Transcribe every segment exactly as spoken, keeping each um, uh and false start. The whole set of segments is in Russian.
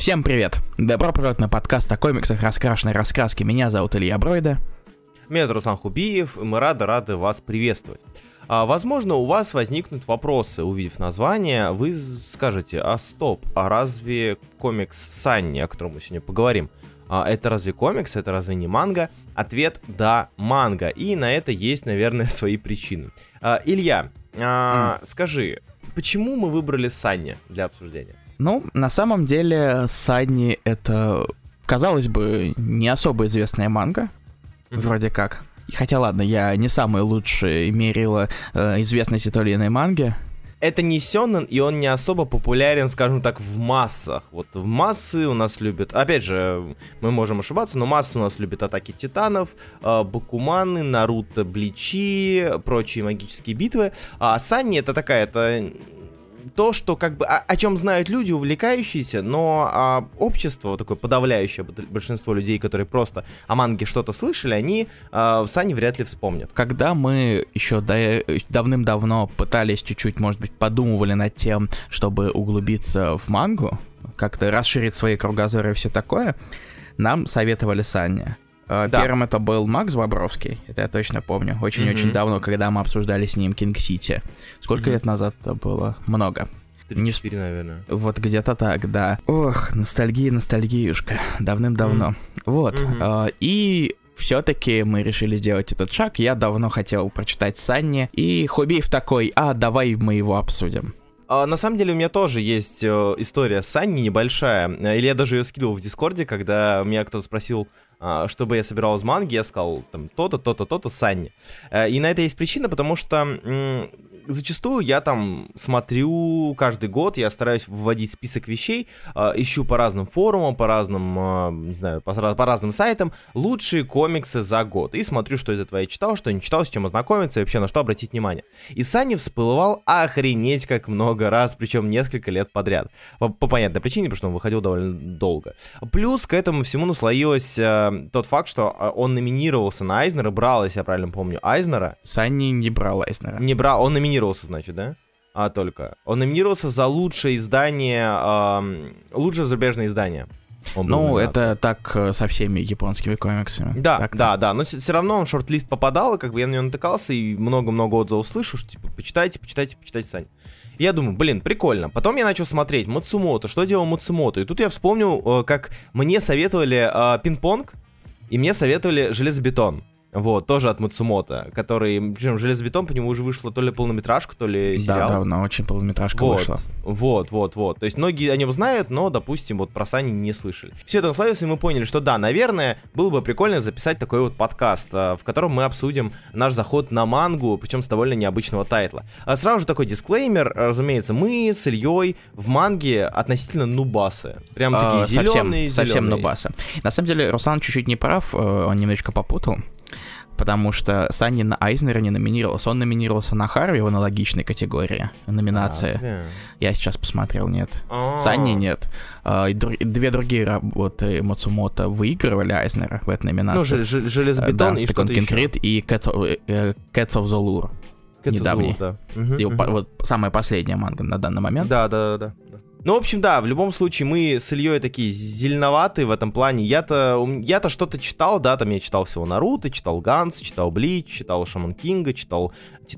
Всем привет! Добро пожаловать на подкаст о комиксах раскрашенной раскраски. Меня зовут Илья Бройда. Меня зовут Руслан Хубиев, и мы рады-рады вас приветствовать. А, возможно, у вас возникнут вопросы, увидев название, вы скажете: а стоп, а разве комикс Санни, о котором мы сегодня поговорим, а, это разве комикс, это разве не манга? Ответ: да, манга, и на это есть, наверное, свои причины. А, Илья, а, mm. скажи, почему мы выбрали Санни для обсуждения? Ну, на самом деле, Санни — это, казалось бы, не особо известная манга, mm-hmm. вроде как. Хотя, ладно, я не самый лучший мерила э, известности той или иной манги. Это не сёнэн, и он не особо популярен, скажем так, в массах. Вот в массы у нас любят, опять же, мы можем ошибаться, но массы у нас любят Атаки Титанов, э, Бакуманы, Наруто, Бличи, прочие магические битвы. А Санни — это такая, это... то, что как бы о, о чем знают люди, увлекающиеся, но а, общество, вот такое подавляющее большинство людей, которые просто о манге что-то слышали, они а, Санни вряд ли вспомнят. Когда мы еще до, давным-давно пытались чуть-чуть, может быть, подумывали над тем, чтобы углубиться в мангу, как-то расширить свои кругозоры и все такое, нам советовали Санни. Да. Первым это был Макс Бобровский, это я точно помню, очень-очень mm-hmm. давно, когда мы обсуждали с ним Кинг Сити. Сколько mm-hmm. лет назад это было? Много. три четыре, наверное. Вот где-то так, да. Ох, ностальгия, ностальгиюшка, давным-давно. Mm-hmm. Вот, mm-hmm. А, и... все-таки мы решили сделать этот шаг. Я давно хотел прочитать Санни, и Хубиев такой: а, давай мы его обсудим. А, на самом деле у меня тоже есть э, история с Санни небольшая. Или я даже ее скидывал в Дискорде, когда меня кто-то спросил, э, что бы я собирал из манги, я сказал там то-то, то-то, то-то, Санни. Э, и на это есть причина, потому что м- зачастую я там смотрю каждый год, я стараюсь вводить список вещей, э, ищу по разным форумам, по разным, э, не знаю, по, по разным сайтам лучшие комиксы за год. И смотрю, что из этого я читал, что не читал, с чем ознакомиться и вообще на что обратить внимание. И Санни всплывал охренеть как много раз, причем несколько лет подряд. По, по понятной причине, потому что он выходил довольно долго. Плюс к этому всему наслоилось э, тот факт, что он номинировался на Айзнера, брал, если я правильно помню, Айзнера. Санни не брал Айзнера. Не брал, он номинировался, значит, да? А, только. Он номинировался за лучшее издание, э, лучшее зарубежное издание. Ну, это так со всеми японскими комиксами. Да, так-то. да, да, но все равно он в шорт-лист попадал, и как бы я на него натыкался, и много-много отзывов слышу, что типа почитайте, почитайте, почитайте, Санни. И я думаю, блин, прикольно. Потом я начал смотреть Мацумото, что делал Мацумото, и тут я вспомнил, как мне советовали э, пинг-понг, и мне советовали железобетон. Вот, тоже от Мацумото, который, причем железобетон, по нему уже вышла то ли полнометражка, то ли сериал. Да, давно очень полнометражка вот, вышла. Вот, вот, вот. То есть многие о нем знают, но, допустим, вот про Санни не слышали. Все это наслоилось, и мы поняли, что да, наверное, было бы прикольно записать такой вот подкаст, в котором мы обсудим наш заход на мангу, причем с довольно необычного тайтла. А сразу же такой дисклеймер, разумеется, мы с Ильей в манге относительно нубасы. Прям такие а, зеленые, совсем, совсем нубасы. На самом деле, Руслан чуть-чуть не прав, он немножечко попутал. Потому что Санни на Айзнера не номинировался. Он номинировался на Харви в аналогичной категории. Номинация. А, я сейчас посмотрел, нет. А-а-а. Санни нет. А, две другие работы Мацумото выигрывали Айзнера в этой номинации. Ну, ж- железобетон да, и что-то еще. Конкрет и Cats of, uh, Cats of the Lure. Недавний. Zulu, да. угу, Его, угу. Вот самая последняя манга на данный момент. Да, да, да, да. Ну, в общем, да, в любом случае, мы с Ильей такие зеленоватые в этом плане. Я-то, я-то что-то читал, да, там я читал всего Наруто, читал Ганс, читал Блич, читал Шаман Кинга, читал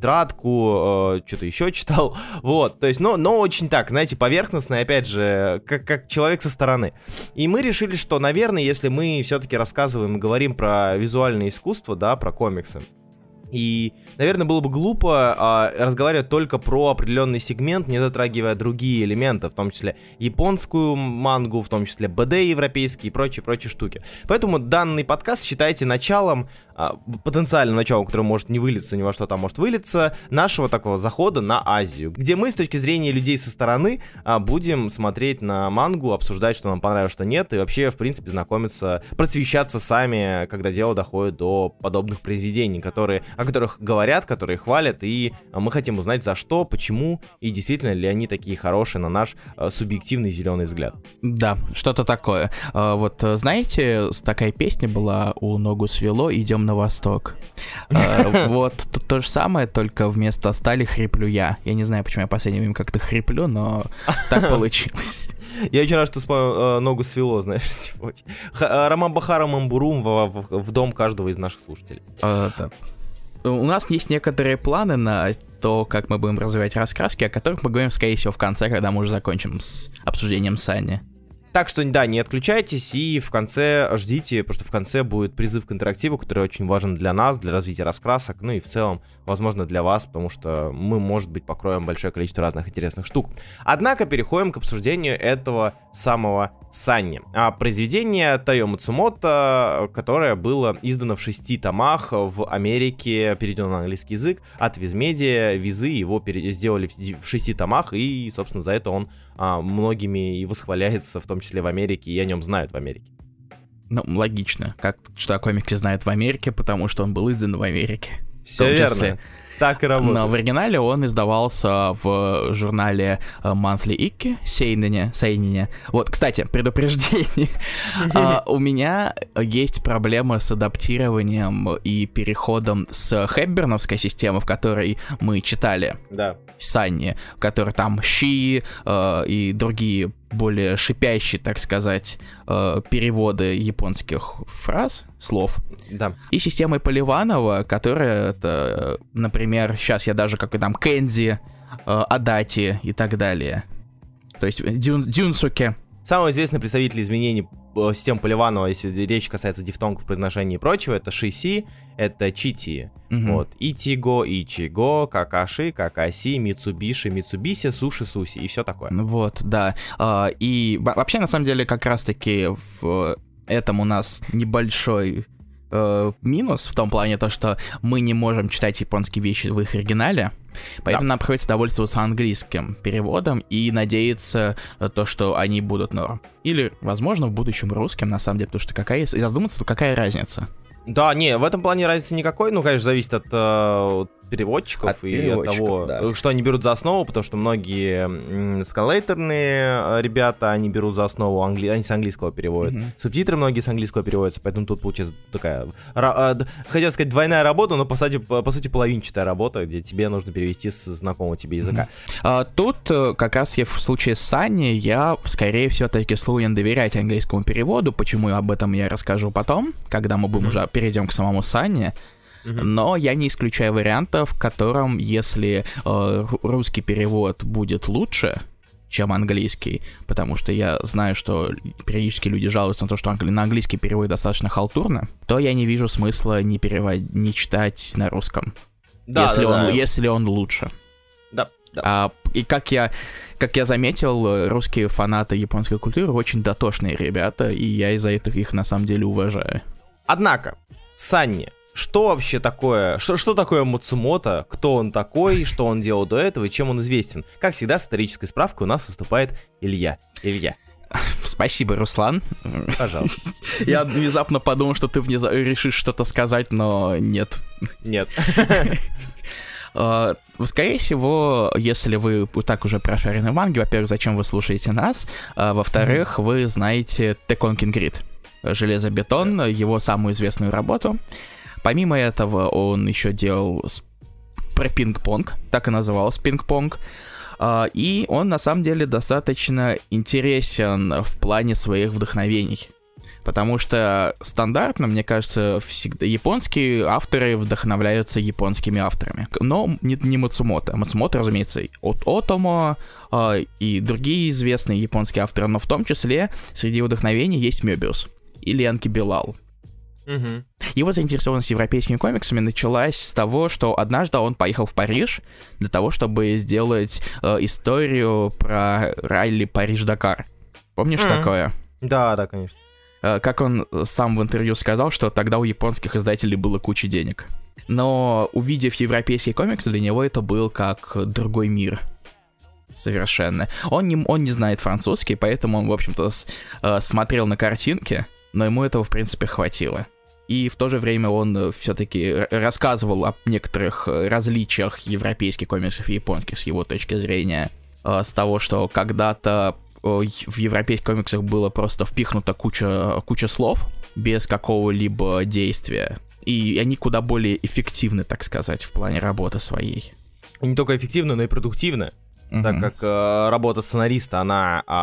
Тетрадку, э, что-то еще читал, вот, то есть, но, но очень так, знаете, поверхностно, и опять же, как, как человек со стороны. И мы решили, что, наверное, если мы все-таки рассказываем и говорим про визуальное искусство, да, про комиксы, и, наверное, было бы глупо а, разговаривать только про определенный сегмент, не затрагивая другие элементы, в том числе японскую мангу, в том числе бэ дэ европейский и прочие-прочие штуки. Поэтому данный подкаст считайте началом, а, потенциальным началом, которое может не вылиться, ни во что там может вылиться, нашего такого захода на Азию, где мы с точки зрения людей со стороны а, будем смотреть на мангу, обсуждать, что нам понравилось, что нет, и вообще, в принципе, знакомиться, просвещаться сами, когда дело доходит до подобных произведений, которые... о которых говорят, которые хвалят, и мы хотим узнать, за что, почему, и действительно ли они такие хорошие на наш э, субъективный зеленый взгляд. Да, что-то такое. А, вот, знаете, такая песня была у Ногу свело, идем на восток. А, вот, тут то же самое, только вместо стали хриплю я. Я не знаю, почему я в последнее время как-то хриплю, но так получилось. Я очень рад, что с мою ногу свело, знаешь, сегодня. Роман Бахара Мамбурум в, в, в дом каждого из наших слушателей. А, да. У нас есть некоторые планы на то, как мы будем развивать раскраски, о которых мы говорим, скорее всего, в конце, когда мы уже закончим с обсуждением Санни. Так что, да, не отключайтесь и в конце ждите, потому что в конце будет призыв к интерактиву, который очень важен для нас, для развития раскрасок, ну и в целом, возможно, для вас, потому что мы, может быть, покроем большое количество разных интересных штук. Однако переходим к обсуждению этого самого Санни. А произведение Тайо Мацумото, которое было издано в шести томах в Америке, переведено на английский язык, от Визмедиа, Визы его пере- сделали в шести томах, и, собственно, за это он а, многими и восхваляется, в том числе в Америке, и о нем знают в Америке. Ну, логично, как что о комиксе знают в Америке, потому что он был издан в Америке. Все верно. Так и работает. Но в оригинале он издавался в журнале Monthly Ikki, Сейнине, Сейнине. Вот, кстати, предупреждение. У меня есть проблема с адаптированием и переходом с хэбберновской системы, в которой мы читали Санни, в которой там щи и другие более шипящие, так сказать, переводы японских фраз, слов. Да. И системой Поливанова, которая, это, например, сейчас я даже как и там Кэнди, Адати и так далее. То есть Дюн, Дюнсуке. Самый известный представитель изменений системы Поливанова, если речь касается дифтонгов, произношения и прочего, это Шиси, это Чити. Угу. Вот. Итиго, Ичиго, Какаши, Какаси, Мицубиши, Мицубиси, Суши, Суси и все такое. Вот, да. И вообще, на самом деле, как раз-таки в этом у нас небольшой э, минус в том плане, то, что мы не можем читать японские вещи в их оригинале, поэтому да. нам приходится довольствоваться английским переводом и надеяться то, что они будут норм. Или, возможно, в будущем русским, на самом деле, потому что какая, если задуматься, то какая разница? Да, не, в этом плане разницы никакой, ну, конечно, зависит от э, переводчиков от и переводчиков, от того, да. что они берут за основу, потому что многие сканлейтерные ребята, они берут за основу, англи... они с английского переводят. Mm-hmm. Субтитры многие с английского переводятся, поэтому тут получается такая, хотел сказать, двойная работа, но, по сути, по сути, половинчатая работа, где тебе нужно перевести с знакомого тебе языка. Mm-hmm. А, тут как раз я в случае с Санни, я, скорее всего, таки склонен доверять английскому переводу, почему об этом я расскажу потом, когда мы будем mm-hmm. уже перейдем к самому Санни. Mm-hmm. Но я не исключаю вариантов, в котором, если э, русский перевод будет лучше, чем английский, потому что я знаю, что периодически люди жалуются на то, что англи- на английский перевод достаточно халтурно, то я не вижу смысла не, перевод... не читать на русском, да, если, да, он, да. если он лучше. Да, да. А, и как я, как я заметил, русские фанаты японской культуры очень дотошные ребята, и я из-за этого их на самом деле уважаю. Однако, Санни, что вообще такое, что, что такое Мацумото, кто он такой, что он делал до этого и чем он известен? Как всегда, с исторической справкой у нас выступает Илья. Илья. Спасибо, Руслан. Пожалуйста. Я внезапно подумал, что ты внезапно решишь что-то сказать, но нет. Нет. Скорее всего, если вы так уже прошарены в манге, во-первых, зачем вы слушаете нас, а во-вторых, вы знаете Tekkonkin Grid. Железобетон, его самую известную работу. Помимо этого, он еще делал про пинг-понг, так и назывался пинг-понг. И он, на самом деле, достаточно интересен в плане своих вдохновений. Потому что стандартно, мне кажется, всегда японские авторы вдохновляются японскими авторами. Но не, не Мацумото. Мацумото, разумеется, от Отомо э, и другие известные японские авторы. Но в том числе среди вдохновений есть Мёбиус или Янки Билал. Угу. Его заинтересованность европейскими комиксами началась с того, что однажды он поехал в Париж для того, чтобы сделать э, историю про ралли Париж-Дакар. Помнишь mm-hmm. такое? Да, да, конечно. Э, как он сам в интервью сказал, что тогда у японских издателей было куча денег. Но увидев европейский комикс, для него это был как другой мир. Совершенно. Он не, он не знает французский, поэтому он, в общем-то, с, э, смотрел на картинки, но ему этого, в принципе, хватило. И в то же время он все-таки рассказывал о некоторых различиях европейских комиксов и японских с его точки зрения. С того, что когда-то в европейских комиксах было просто впихнуто куча, куча слов без какого-либо действия. И они куда более эффективны, так сказать, в плане работы своей. И не только эффективны, но и продуктивны. Uh-huh. Так как э, работа сценариста, она э,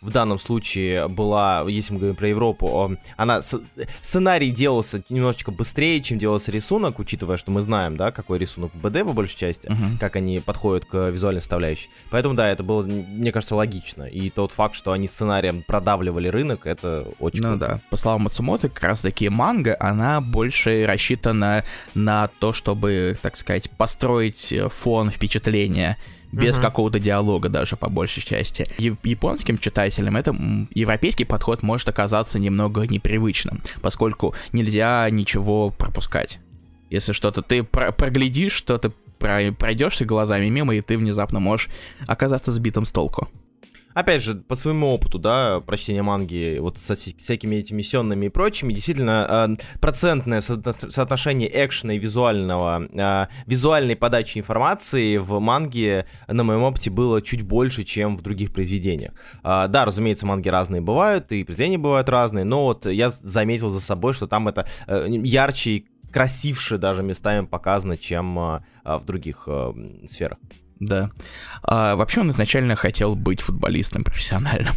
в данном случае была, если мы говорим про Европу, она, сценарий делался немножечко быстрее, чем делался рисунок, учитывая, что мы знаем, да, какой рисунок в БД по большей части, uh-huh. как они подходят к визуальной составляющей. Поэтому, да, это было, мне кажется, логично. И тот факт, что они сценарием продавливали рынок, это очень Ну круто. Да, по словам Мацумото, как раз-таки манга, она больше рассчитана на то, чтобы, так сказать, построить фон впечатления, без uh-huh. какого-то диалога даже, по большей части. Японским читателям это европейский подход может оказаться немного непривычным, поскольку нельзя ничего пропускать. Если что-то ты про- проглядишь, что-то про- пройдешься глазами мимо, и ты внезапно можешь оказаться сбитым с толку. Опять же, по своему опыту, да, прочтения манги, вот со всякими этими миссионными и прочими, действительно, э, процентное со- соотношение экшена и визуального, э, визуальной подачи информации в манге, на моем опыте, было чуть больше, чем в других произведениях. Э, да, разумеется, манги разные бывают, и произведения бывают разные, но вот я заметил за собой, что там это э, ярче и красивше даже местами показано, чем э, в других э, сферах. Да. А, вообще он изначально хотел быть футболистом профессиональным.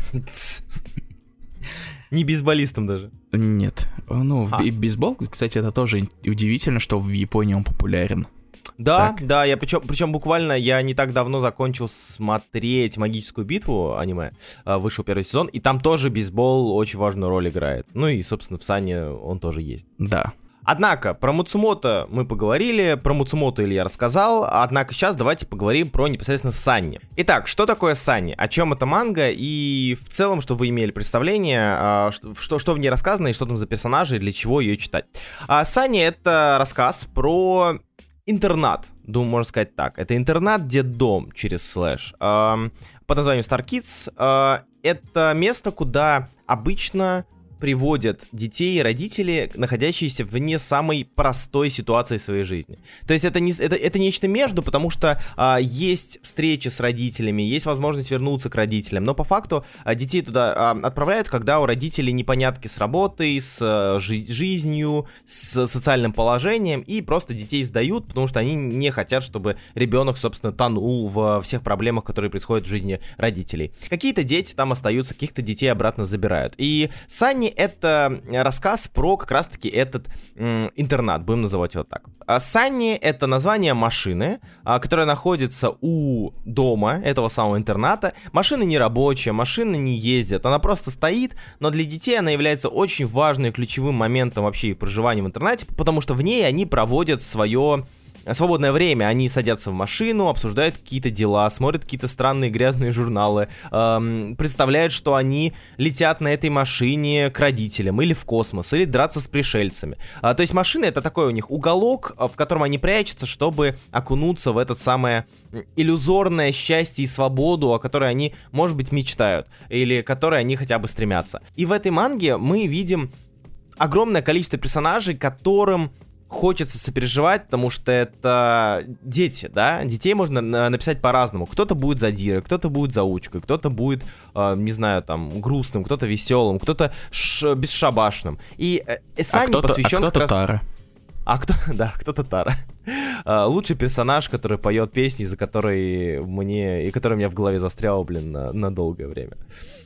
Не бейсболистом даже. Нет. Ну, а. бейсбол, кстати, это тоже удивительно, что в Японии он популярен. Да, так. да, я причем, причем буквально я не так давно закончил смотреть «Магическую битву» аниме, вышел первый сезон, и там тоже бейсбол очень важную роль играет. Ну и, собственно, в Сане он тоже есть. Да. Однако, про Мацумото мы поговорили, про Мацумото Илья рассказал, однако сейчас давайте поговорим про непосредственно Санни. Итак, что такое Санни? О чем это манга? И в целом, что вы имели представление, что, что в ней рассказано, и что там за персонажи, и для чего ее читать. Санни — это рассказ про интернат, думаю, можно сказать так. Это интернат-детдом через слэш. Под названием Star Kids. Это место, куда обычно приводят детей и родители, находящиеся в не самой простой ситуации в своей жизни. То есть это, не, это, это нечто между, потому что а, есть встречи с родителями, есть возможность вернуться к родителям, но по факту а, детей туда а, отправляют, когда у родителей непонятки с работой, с а, жи- жизнью, с социальным положением, и просто детей сдают, потому что они не хотят, чтобы ребенок, собственно, тонул в всех проблемах, которые происходят в жизни родителей. Какие-то дети там остаются, каких-то детей обратно забирают. И Санни — это рассказ про как раз-таки этот м, интернат, будем называть его так. А Санни — это название машины, а, которая находится у дома этого самого интерната. Машина не рабочая, машина не ездит, она просто стоит, но для детей она является очень важным и ключевым моментом вообще их проживания в интернате, потому что в ней они проводят свое свободное время. Они садятся в машину, обсуждают какие-то дела, смотрят какие-то странные грязные журналы, эм, представляют, что они летят на этой машине к родителям или в космос, или драться с пришельцами. А, то есть машина — это такой у них уголок, в котором они прячутся, чтобы окунуться в это самое иллюзорное счастье и свободу, о которой они, может быть, мечтают, или к которой они хотя бы стремятся. И в этой манге мы видим огромное количество персонажей, которым хочется сопереживать, потому что это дети, да, детей можно написать по-разному. Кто-то будет задирой, кто-то будет заучкой, кто-то будет, э, не знаю, там, грустным, кто-то веселым, кто-то ш- бесшабашным. И э, Санни а посвящен а кто-то как раз... Тара. А кто, да, кто-то Тара. uh, лучший персонаж, который поет песню, из-за которой мне, и которая у меня в голове застряла, блин, на, на долгое время.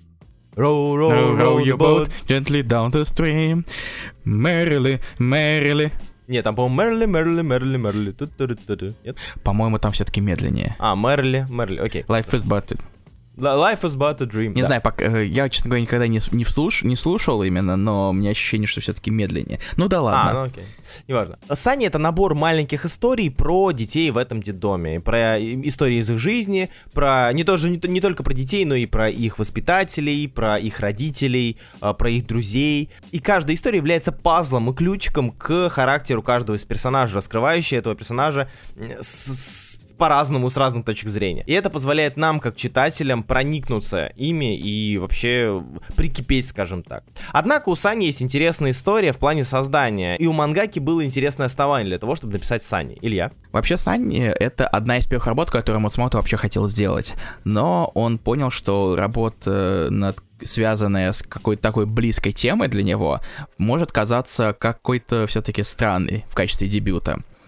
Row, row, row, row your boat gently down the stream, merrily, merrily. Нет, там, по-моему, Мерли, Мерли, Мерли, Мерли. Нет? По-моему, там все-таки медленнее. А, Мерли, Мерли, окей. Life is but... Life is but a dream. Не да. знаю, пока, я, честно говоря, никогда не, не, вслуш, не слушал именно, но у меня ощущение, что все-таки медленнее. Ну да ладно. А, ну окей. Неважно. Санни — это набор маленьких историй про детей в этом детдоме. Про истории из их жизни, про не, тоже, не, не только про детей, но и про их воспитателей, про их родителей, про их друзей. И каждая история является пазлом и ключиком к характеру каждого из персонажей, раскрывающая этого персонажа с, с по-разному, с разных точек зрения. И это позволяет нам, как читателям, проникнуться ими и вообще прикипеть, скажем так. Однако у Санни есть интересная история в плане создания, и у мангаки было интересное основание для того, чтобы написать Санни. Илья? Вообще, Санни — это одна из первых работ, которую Мацумото вообще хотел сделать, но он понял, что работа над связанная с какой-то такой близкой темой для него, может казаться какой-то все-таки странной в качестве дебюта.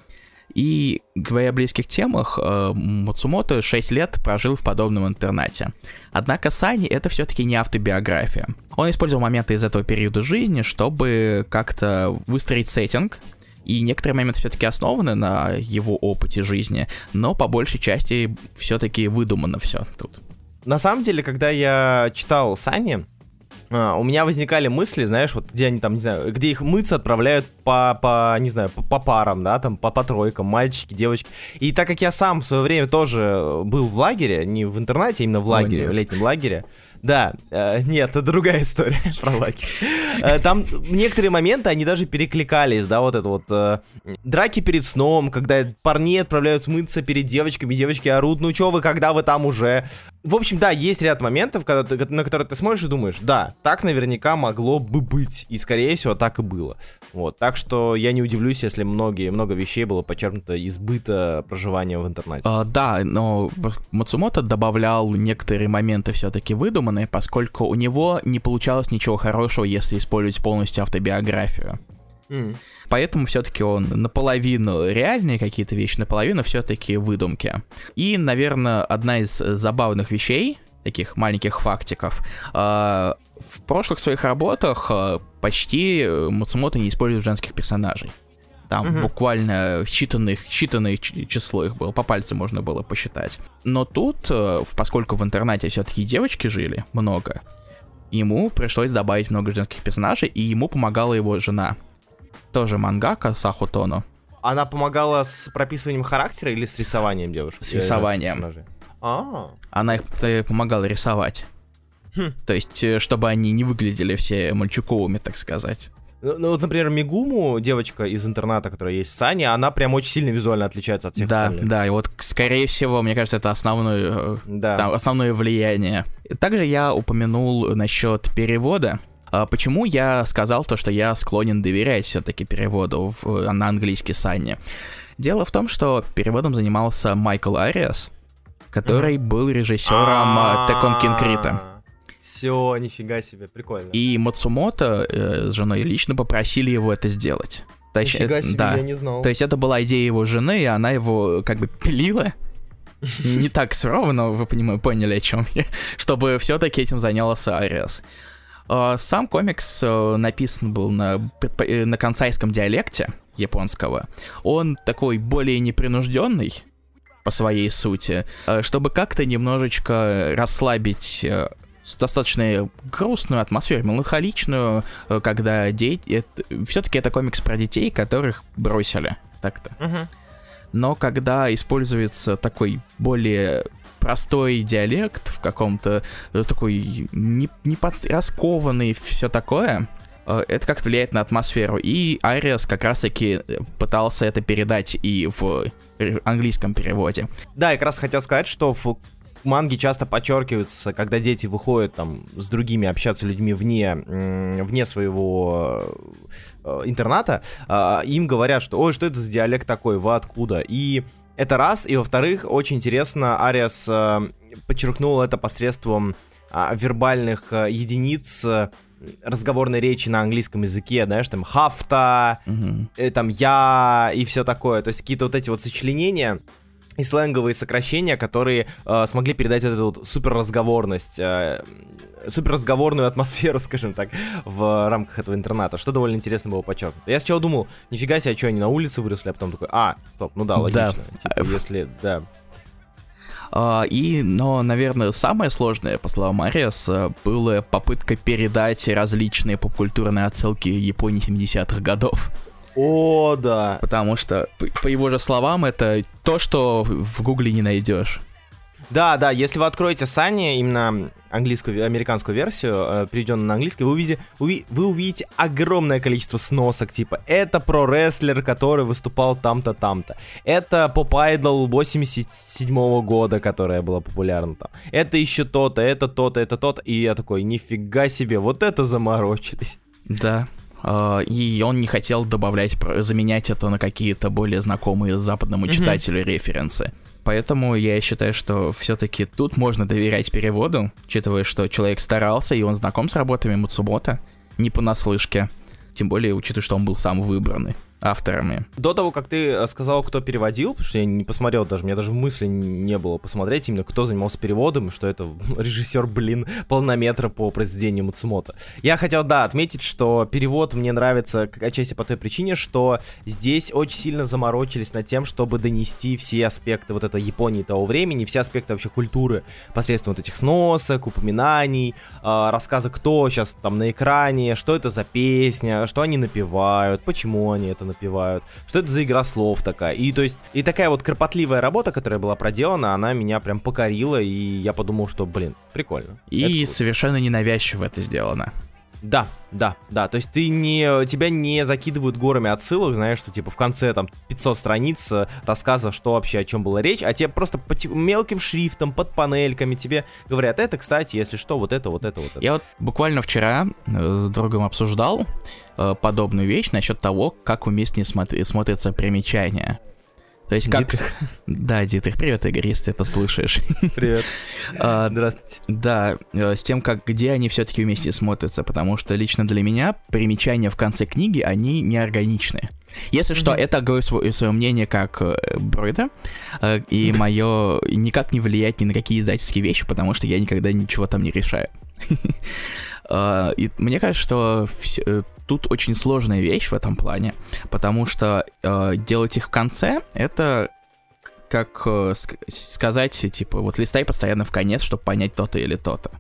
И, говоря о близких темах, Мацумото шесть лет прожил в подобном интернате. Однако Сани — это все-таки не автобиография. Он использовал моменты из этого периода жизни, чтобы как-то выстроить сеттинг, и некоторые моменты все-таки основаны на его опыте жизни, но по большей части все-таки выдумано все тут. На самом деле, когда я читал Сани, А, у меня возникали мысли, знаешь, вот где они там, не знаю, где их мыться отправляют по, по не знаю, по, по парам, да, там, по, по тройкам, мальчики, девочки. И так как я сам в свое время тоже был в лагере, не в интернате, а именно в лагере, О, в летнем лагере. Да, э, нет, это другая история про лагерь. Э, там некоторые моменты, они даже перекликались, да, вот это вот э, драки перед сном, когда парней отправляют смыться перед девочками, девочки орут, ну чё вы, когда вы там уже... В общем, да, есть ряд моментов, когда ты, на которые ты смотришь и думаешь, да, так наверняка могло бы быть, и скорее всего так и было. Вот, так что я не удивлюсь, если многие, много вещей было подчеркнуто из быта проживания в интернете. А, да, но Мацумото добавлял некоторые моменты все-таки выдуманные, поскольку у него не получалось ничего хорошего, если использовать полностью автобиографию. Mm. Поэтому все-таки он наполовину реальные какие-то вещи, наполовину все-таки выдумки. И, наверное, одна из забавных вещей, таких маленьких фактиков, э, в прошлых своих работах э, почти Мацумото не использует женских персонажей. Там mm-hmm. буквально считанное, считанное число их было, по пальцам можно было посчитать. Но тут, э, поскольку в интернате все-таки девочки жили много, ему пришлось добавить много женских персонажей, и ему помогала его жена. Тоже мангака Сахо Тоно. Она помогала с прописыванием характера или с рисованием девушек? С рисованием. А-а-а. Она их помогала рисовать. Хм. То есть, чтобы они не выглядели все мальчуковыми, так сказать. Ну, ну вот, например, Мигуму, девочка из интерната, которая есть в Сане, она прям очень сильно визуально отличается от всех да, остальных. Да, и вот, скорее всего, мне кажется, это основное, да. там, основное влияние. Также я упомянул насчет перевода. Почему я сказал то, что я склонен доверять все-таки переводу в, на английский Санни? Дело в том, что переводом занимался Майкл Ариас, который mm-hmm. был режиссером Текон Кинкрита. Все, нифига себе, прикольно. И Мацумото э, с женой лично попросили его это сделать. Нифига себе, да. я не знал. То есть это была идея его жены, и она его как бы пилила. Не так сурово, но вы поняли, о чем я. Чтобы все-таки этим занялся Ариас. Сам комикс написан был на, на кансайском диалекте японского. Он такой более непринужденный по своей сути, чтобы как-то немножечко расслабить достаточно грустную атмосферу, меланхоличную, когда дети... Все-таки это комикс про детей, которых бросили. Так-то. Uh-huh. Но когда используется такой более... простой диалект в каком-то такой не, не под, раскованный, все такое, это как-то влияет на атмосферу. И Ариас как раз-таки пытался это передать и в английском переводе. Да, я как раз хотел сказать, что в манге часто подчеркивается, когда дети выходят там с другими общаться людьми вне, вне своего интерната, им говорят, что «Ой, что это за диалект такой? Вы откуда?» И это раз, и во-вторых, очень интересно, Ариас э, подчеркнул это посредством э, вербальных э, единиц э, разговорной речи на английском языке, знаешь, там хафта, mm-hmm. э, там я и все такое, то есть какие-то вот эти вот сочленения и сленговые сокращения, которые э, смогли передать вот эту вот суперразговорность, э, суперразговорную атмосферу, скажем так, в рамках этого интерната, что довольно интересно было подчеркнуто. Я сначала думал, нифига себе, а что, они на улице выросли, а потом такой, а, стоп, ну да, логично. Да. Типа, если, да. Uh, и, но, наверное, самое сложное, по словам Ариаса, была попытка передать различные попкультурные отсылки Японии семидесятых годов. О, да. Потому что, по его же словам, это то, что в Гугле не найдешь. Да, да, если вы откроете Сани, именно английскую, американскую версию, переведенную на английский, вы увидите, уви, вы увидите огромное количество сносок, типа, это про-рестлер, который выступал там-то, там-то. Это поп-айдол восемьдесят седьмого года, которая была популярна там. Это еще то-то, это то-то, это то-то. И я такой, нифига себе, вот это заморочились. Да. Uh, и он не хотел добавлять, заменять это на какие-то более знакомые западному mm-hmm. читателю референсы. Поэтому я считаю, что все-таки тут можно доверять переводу, учитывая, что человек старался, и он знаком с работами Мацумото, не понаслышке. Тем более, учитывая, что он был сам выбранный. авторами. До того, как ты сказал, кто переводил, потому что я не посмотрел даже, у меня даже в мысли не было посмотреть именно, кто занимался переводом, что это режиссер, блин, полнометра по произведению Мацумото. Я хотел, да, отметить, что перевод мне нравится отчасти по той причине, что здесь очень сильно заморочились над тем, чтобы донести все аспекты вот этой Японии того времени, все аспекты вообще культуры посредством вот этих сносок, упоминаний, э, рассказа, кто сейчас там на экране, что это за песня, что они напевают, почему они это напевают, что это за игра слов такая. И то есть, и такая вот кропотливая работа, которая была проделана, она меня прям покорила, и я подумал, что, блин, прикольно. И совершенно ненавязчиво это сделано. Да, да, да, то есть ты не, тебя не закидывают горами отсылок, знаешь, что типа в конце там пятьсот страниц рассказа, что вообще, о чем была речь, а тебе просто по мелким шрифтом, под панельками тебе говорят, это, кстати, если что, вот это, вот это, вот это. Я вот буквально вчера с другом обсуждал э, подобную вещь насчет того, как уместнее смотри, смотрятся примечания. То есть как... Дитрих. Да, Дитрих, привет, Игорь, если ты это слышишь. Привет. а, Здравствуйте. Да, с тем, как где они все-таки вместе смотрятся, потому что лично для меня примечания в конце книги, они неорганичны. Если mm-hmm. что, это говорю свое, свое мнение как э, Бройда, э, и мое никак не влияет ни на какие издательские вещи, потому что я никогда ничего там не решаю. И мне кажется, что тут очень сложная вещь в этом плане, потому что делать их в конце, это как сказать, типа, вот листай постоянно в конец, чтобы понять то-то или то-то.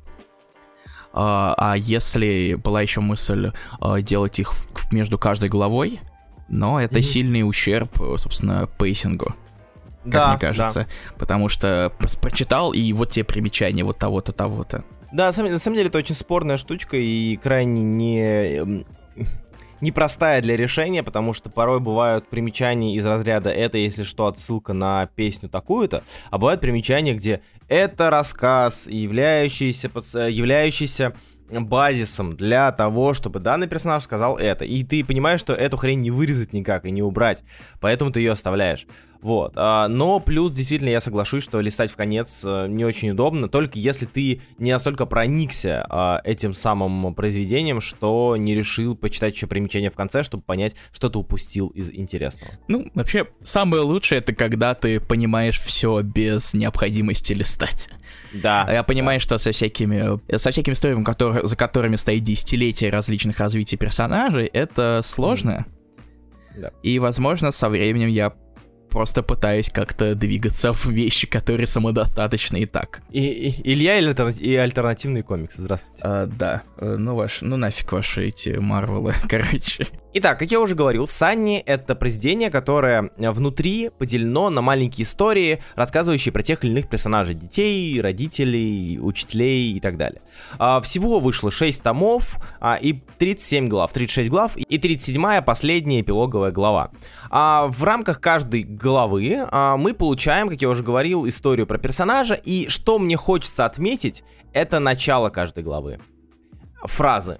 А если была еще мысль делать их между каждой главой, но это mm-hmm. сильный ущерб, собственно, пейсингу. Как да, мне кажется. Да. Потому что прочитал, и вот тебе примечания вот того-то, того-то. Да, на самом, на самом деле это очень спорная штучка и крайне не... непростая для решения, потому что порой бывают примечания из разряда «это, если что, отсылка на песню такую-то», а бывают примечания, где это рассказ, являющийся, являющийся базисом для того, чтобы данный персонаж сказал это. И ты понимаешь, что эту хрень не вырезать никак и не убрать, поэтому ты ее оставляешь. Вот, а, но плюс, действительно, я соглашусь, что листать в конец а, не очень удобно, только если ты не настолько проникся а, этим самым произведением, что не решил почитать еще примечание в конце, чтобы понять, что ты упустил из интересного. Ну, вообще, самое лучшее — это когда ты понимаешь все без необходимости листать. Да. Я понимаю, да. что со всякими, со всякими историями, которые, за которыми стоит десятилетия различных развитий персонажей, это сложно. Mm. Да. И, возможно, со временем я просто пытаюсь как-то двигаться в вещи, которые самодостаточны и так. И, и, Илья и, альтернатив, и альтернативные комиксы, здравствуйте. А, да, ну ваш, ну нафиг ваши эти Марвелы, короче. Итак, как я уже говорил, Санни — это произведение, которое внутри поделено на маленькие истории, рассказывающие про тех или иных персонажей, детей, родителей, учителей и так далее. А, всего вышло шесть томов а, и тридцать семь глав, тридцать шесть глав и тридцать седьмая последняя эпилоговая глава. А, в рамках каждой главы а, мы получаем, как я уже говорил, историю про персонажа, и что мне хочется отметить, это начало каждой главы. Фразы.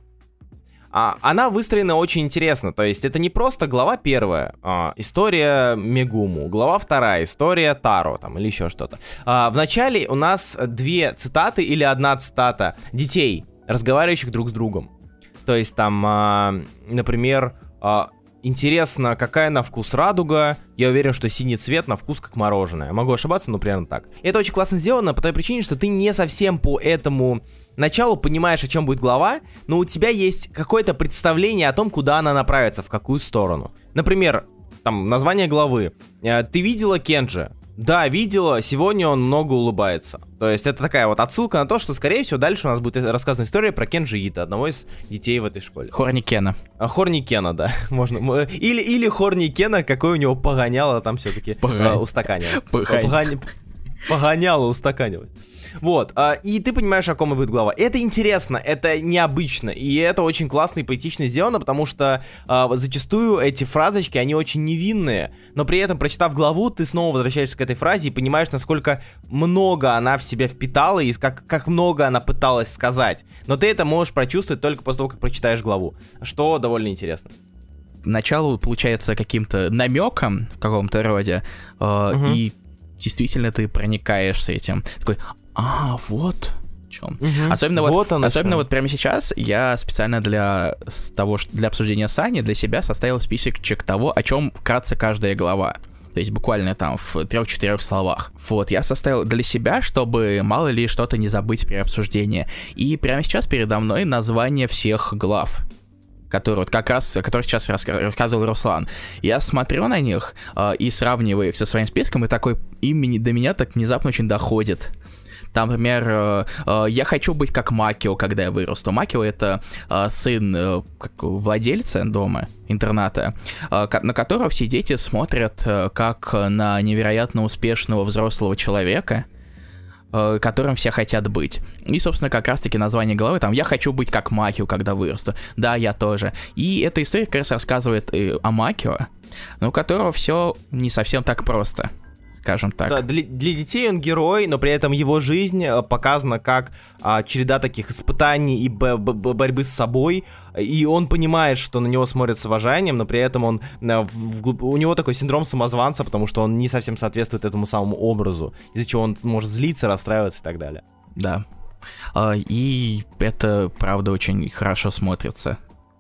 А, она выстроена очень интересно, то есть это не просто глава первая, а, история Мегуму, глава вторая, история Таро, там, или еще что-то. А, в начале у нас две цитаты или одна цитата детей, разговаривающих друг с другом. То есть там, а, например, а, интересно, какая на вкус радуга, я уверен, что синий цвет на вкус как мороженое. Могу ошибаться, но примерно так. Это очень классно сделано по той причине, что ты не совсем по этому началу понимаешь, о чем будет глава, но у тебя есть какое-то представление о том, куда она направится, в какую сторону. Например, там, название главы. Ты видела Кенджи? Да, видела, сегодня он много улыбается. То есть это такая вот отсылка на то, что, скорее всего, дальше у нас будет рассказана история про Кенджи Ита, одного из детей в этой школе. Хорни Кена. А, Хорни Кена, да. Можно. Или, или Хорни Кена, какой у него погоняло там все-таки Погань... а, устаканилось. Погань... Погань... Погоняло устаканилось. Вот, а, и ты понимаешь, о ком будет глава. Это интересно, это необычно, и это очень классно и поэтично сделано, потому что а, зачастую эти фразочки, они очень невинные, но при этом, прочитав главу, ты снова возвращаешься к этой фразе и понимаешь, насколько много она в себя впитала и как, как много она пыталась сказать. Но ты это можешь прочувствовать только после того, как прочитаешь главу, что довольно интересно. Начало получается каким-то намеком в каком-то роде, э, угу. и действительно ты проникаешься этим. Такой, а, вот, Угу. Особенно, вот, вот, особенно вот прямо сейчас я специально для того, для обсуждения Сани для себя составил списочек того, о чем вкратце каждая глава. То есть буквально там в трех-четырех словах. Вот, я составил для себя, чтобы мало ли что-то не забыть при обсуждении. И прямо сейчас передо мной название всех глав, которые вот как раз, о которых сейчас рассказывал Руслан. Я смотрю на них э, и сравниваю их со своим списком, и такой имени до меня так внезапно очень доходит. Там, например, э, э, я хочу быть как Макио, когда я вырасту. Макио — это э, сын э, как владельца дома, интерната, э, на которого все дети смотрят э, как на невероятно успешного взрослого человека, э, которым все хотят быть. И, собственно, как раз-таки название главы там «Я хочу быть как Макио, когда вырасту». Да, я тоже. И эта история как раз рассказывает э, о Макио, но у которого все не совсем так просто, скажем так. Да, для, для детей он герой, но при этом его жизнь показана как а, череда таких испытаний и б- б- борьбы с собой, и он понимает, что на него смотрят с уважением, но при этом он а, в, в, у него такой синдром самозванца, потому что он не совсем соответствует этому самому образу, из-за чего он может злиться, расстраиваться и так далее. Да, а, и это, правда, очень хорошо смотрится.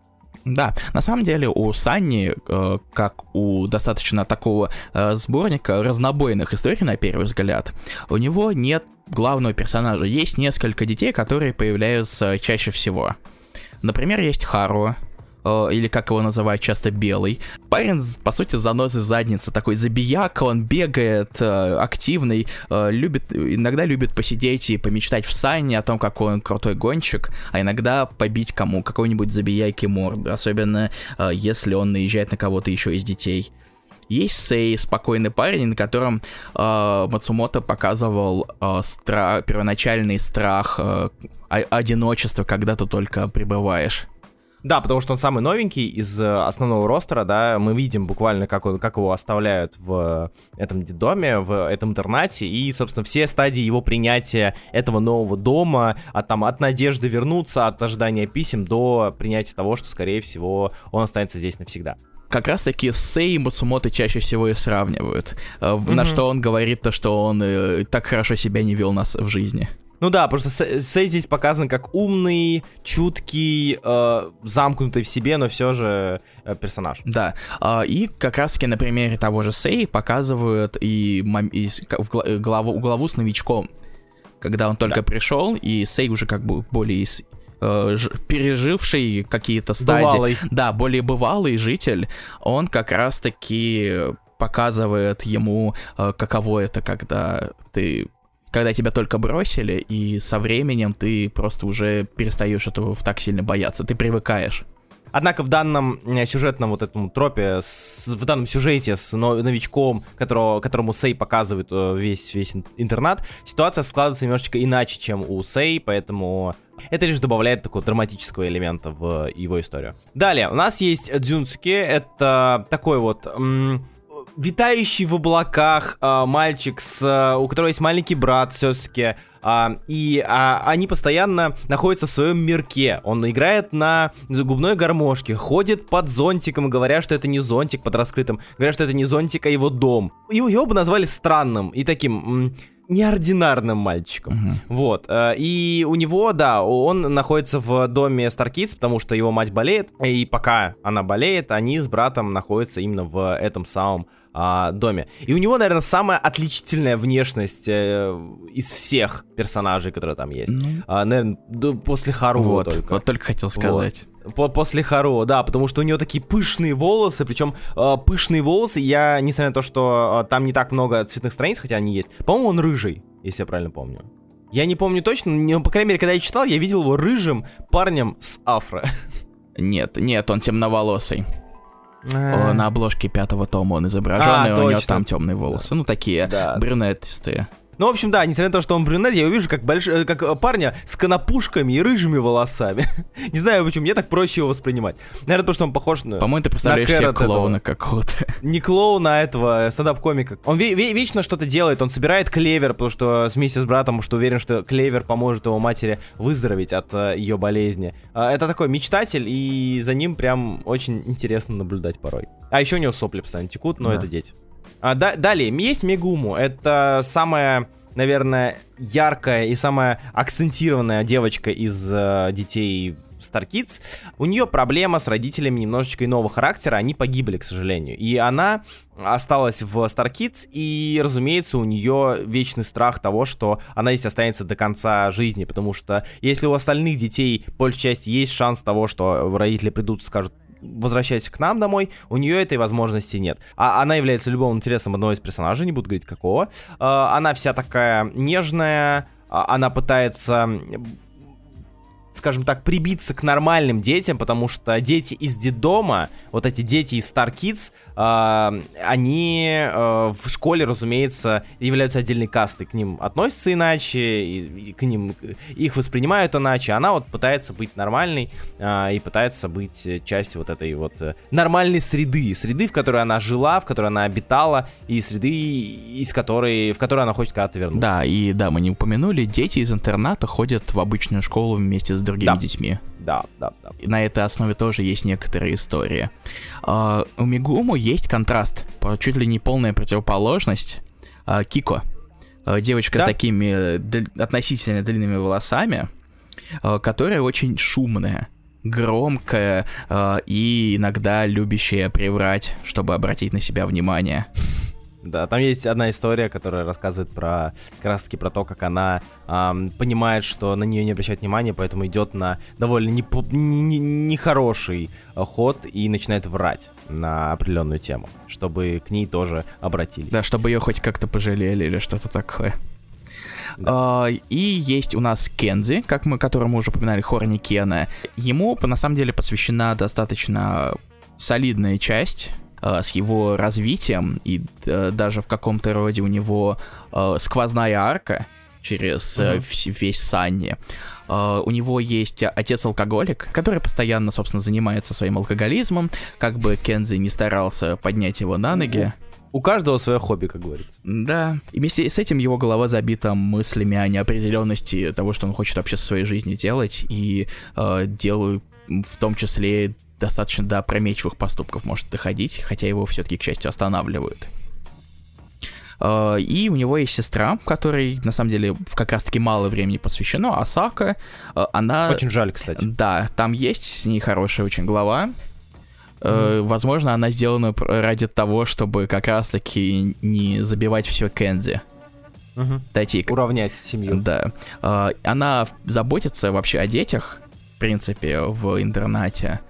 Да, на самом деле у Санни, э, как у достаточно такого э, сборника разнобойных историй, на первый взгляд, у него нет главного персонажа. Есть несколько детей, которые появляются чаще всего. Например, есть Харуо, э, или как его называют часто Белый. Парень, по сути, с занозой в заднице, такой забияка, он бегает, э, активный, э, любит, иногда любит посидеть и помечтать в сане о том, какой он крутой гонщик, а иногда побить кому, какой-нибудь забияки морду, особенно э, если он наезжает на кого-то еще из детей. Есть Сэй, спокойный парень, на котором э, Мацумото показывал э, стра- первоначальный страх э, одиночества, когда ты только прибываешь. Да, потому что он самый новенький из основного ростера, да, мы видим буквально, как, он, как его оставляют в этом доме, в этом интернате, и, собственно, все стадии его принятия этого нового дома, от, там, от надежды вернуться, от ожидания писем до принятия того, что, скорее всего, он останется здесь навсегда. Как раз-таки Сэй и Мацумото чаще всего и сравнивают, mm-hmm. на что он говорит то, что он э, так хорошо себя не вел нас в жизни. Ну да, просто Сэй здесь показан как умный, чуткий, э, замкнутый в себе, но все же э, персонаж. Да, э, и как раз-таки на примере того же Сэй показывают и, и главу, главу с новичком, когда он только да. пришел, и Сэй уже как бы более э, ж, переживший какие-то стадии. Бывалый. Да, более бывалый житель, он как раз-таки показывает ему, э, каково это, когда ты... когда тебя только бросили, и со временем ты просто уже перестаешь этого так сильно бояться, ты привыкаешь. Однако в данном сюжетном вот этом тропе, с, в данном сюжете с новичком, которого, которому Сэй показывает весь, весь интернат, ситуация складывается немножечко иначе, чем у Сэй, поэтому это лишь добавляет такого драматического элемента в его историю. Далее, у нас есть Дзюнцуки, это такой вот... М- витающий в облаках э, мальчик, с, э, у которого есть маленький брат, все-таки, э, и э, они постоянно находятся в своем мирке. Он играет на губной гармошке, ходит под зонтиком, и говорят, что это не зонтик под раскрытым, говорят, что это не зонтик, а его дом. Его, его бы назвали странным и таким... М- неординарным мальчиком. Uh-huh. Вот. И у него, да, он находится в доме Star Kids, потому что его мать болеет, и пока она болеет, они с братом находятся именно в этом самом а, доме. И у него, наверное, самая отличительная внешность э, из всех персонажей, которые там есть. Uh-huh. А, наверное, после Харуо вот, только. Вот только хотел сказать. Вот. После Харуо, да, потому что у него такие пышные волосы, причем э, пышные волосы, я, несмотря на то, что э, там не так много цветных страниц, хотя они есть, по-моему, он рыжий, если я правильно помню. Я не помню точно, но, по крайней мере, когда я читал, я видел его рыжим парнем с афро. Нет, нет, он темноволосый. О, на обложке пятого тома он изображен, и у него там темные волосы, ну такие брюнетистые. Ну, в общем, да, несмотря на то, что он брюнет, я его вижу как, больш... как парня с конопушками и рыжими волосами. Не знаю, почему, мне так проще его воспринимать. Наверное, потому что он похож на... По-моему, ты представляешь себе клоуна этого. Какого-то. Не клоуна, а этого стендап-комика. Он ве- ве- вечно что-то делает, он собирает клевер, потому что вместе с братом, потому что уверен, что клевер поможет его матери выздороветь от uh, ее болезни. Uh, это такой мечтатель, и за ним прям очень интересно наблюдать порой. А еще у него сопли постоянно текут, но да. это дети. А, да, далее, есть Мегуму. Это самая наверное, яркая и самая акцентированная девочка из э, детей Star Kids. У нее проблема с родителями немножечко иного характера, они погибли, к сожалению. И она осталась в Star Kids, и, разумеется, у нее вечный страх того, что она здесь останется до конца жизни, потому что если у остальных детей, большей части, есть шанс того, что родители придут и скажут: возвращайся к нам домой, у нее этой возможности нет. А она является любым интересом одного из персонажей, не буду говорить какого. Она вся такая нежная, она пытается, скажем так, прибиться к нормальным детям, потому что дети из детдома, вот эти дети из Star Kids, э, они э, в школе, разумеется, являются отдельной кастой, к ним относятся иначе, и, и к ним их воспринимают иначе. Она вот пытается быть нормальной э, и пытается быть частью вот этой вот э, нормальной среды, среды, в которой она жила, в которой она обитала, и среды, из которой, в которой она хочет когда-то вернуться. Да, и да, мы не упомянули, дети из интерната ходят в обычную школу вместе с другими да. детьми. Да, да, да. И на этой основе тоже есть некоторые истории. Uh, у Мегуму есть контраст, чуть ли не полная противоположность. Uh, Кико, uh, девочка да? с такими дл- относительно длинными волосами, uh, которая очень шумная, громкая uh, и иногда любящая приврать, чтобы обратить на себя внимание. Да, там есть одна история, которая рассказывает про, как раз таки про то, как она эм, понимает, что на нее не обращают внимания, поэтому идет на довольно нехороший не, не, не ход и начинает врать на определенную тему, чтобы к ней тоже обратились. Да, чтобы ее хоть как-то пожалели или что-то такое. Да. Uh, и есть у нас Кензи, как мы, которому уже упоминали, Хорни Кена. Ему, на самом деле, посвящена достаточно солидная часть с его развитием, и э, даже в каком-то роде у него э, сквозная арка через э, uh-huh. весь Санни. Э, у него есть отец-алкоголик, который постоянно, собственно, занимается своим алкоголизмом, как бы Кензи не старался поднять его на ноги. У каждого свое хобби, как говорится. Да. И вместе с этим его голова забита мыслями о неопределенности того, что он хочет вообще со своей жизнью делать, и э, делаю в том числе достаточно до опрометчивых поступков может доходить, хотя его все-таки, к счастью, останавливают. И у него есть сестра, которой, на самом деле, как раз-таки мало времени посвящено, Асака. Она... Очень жаль, кстати. Да, там есть с ней хорошая очень глава. Mm-hmm. Возможно, она сделана ради того, чтобы как раз-таки не забивать все Кензи. Mm-hmm. Дайте... Уравнять семью. Да. Она заботится вообще о детях, в принципе, в интернате.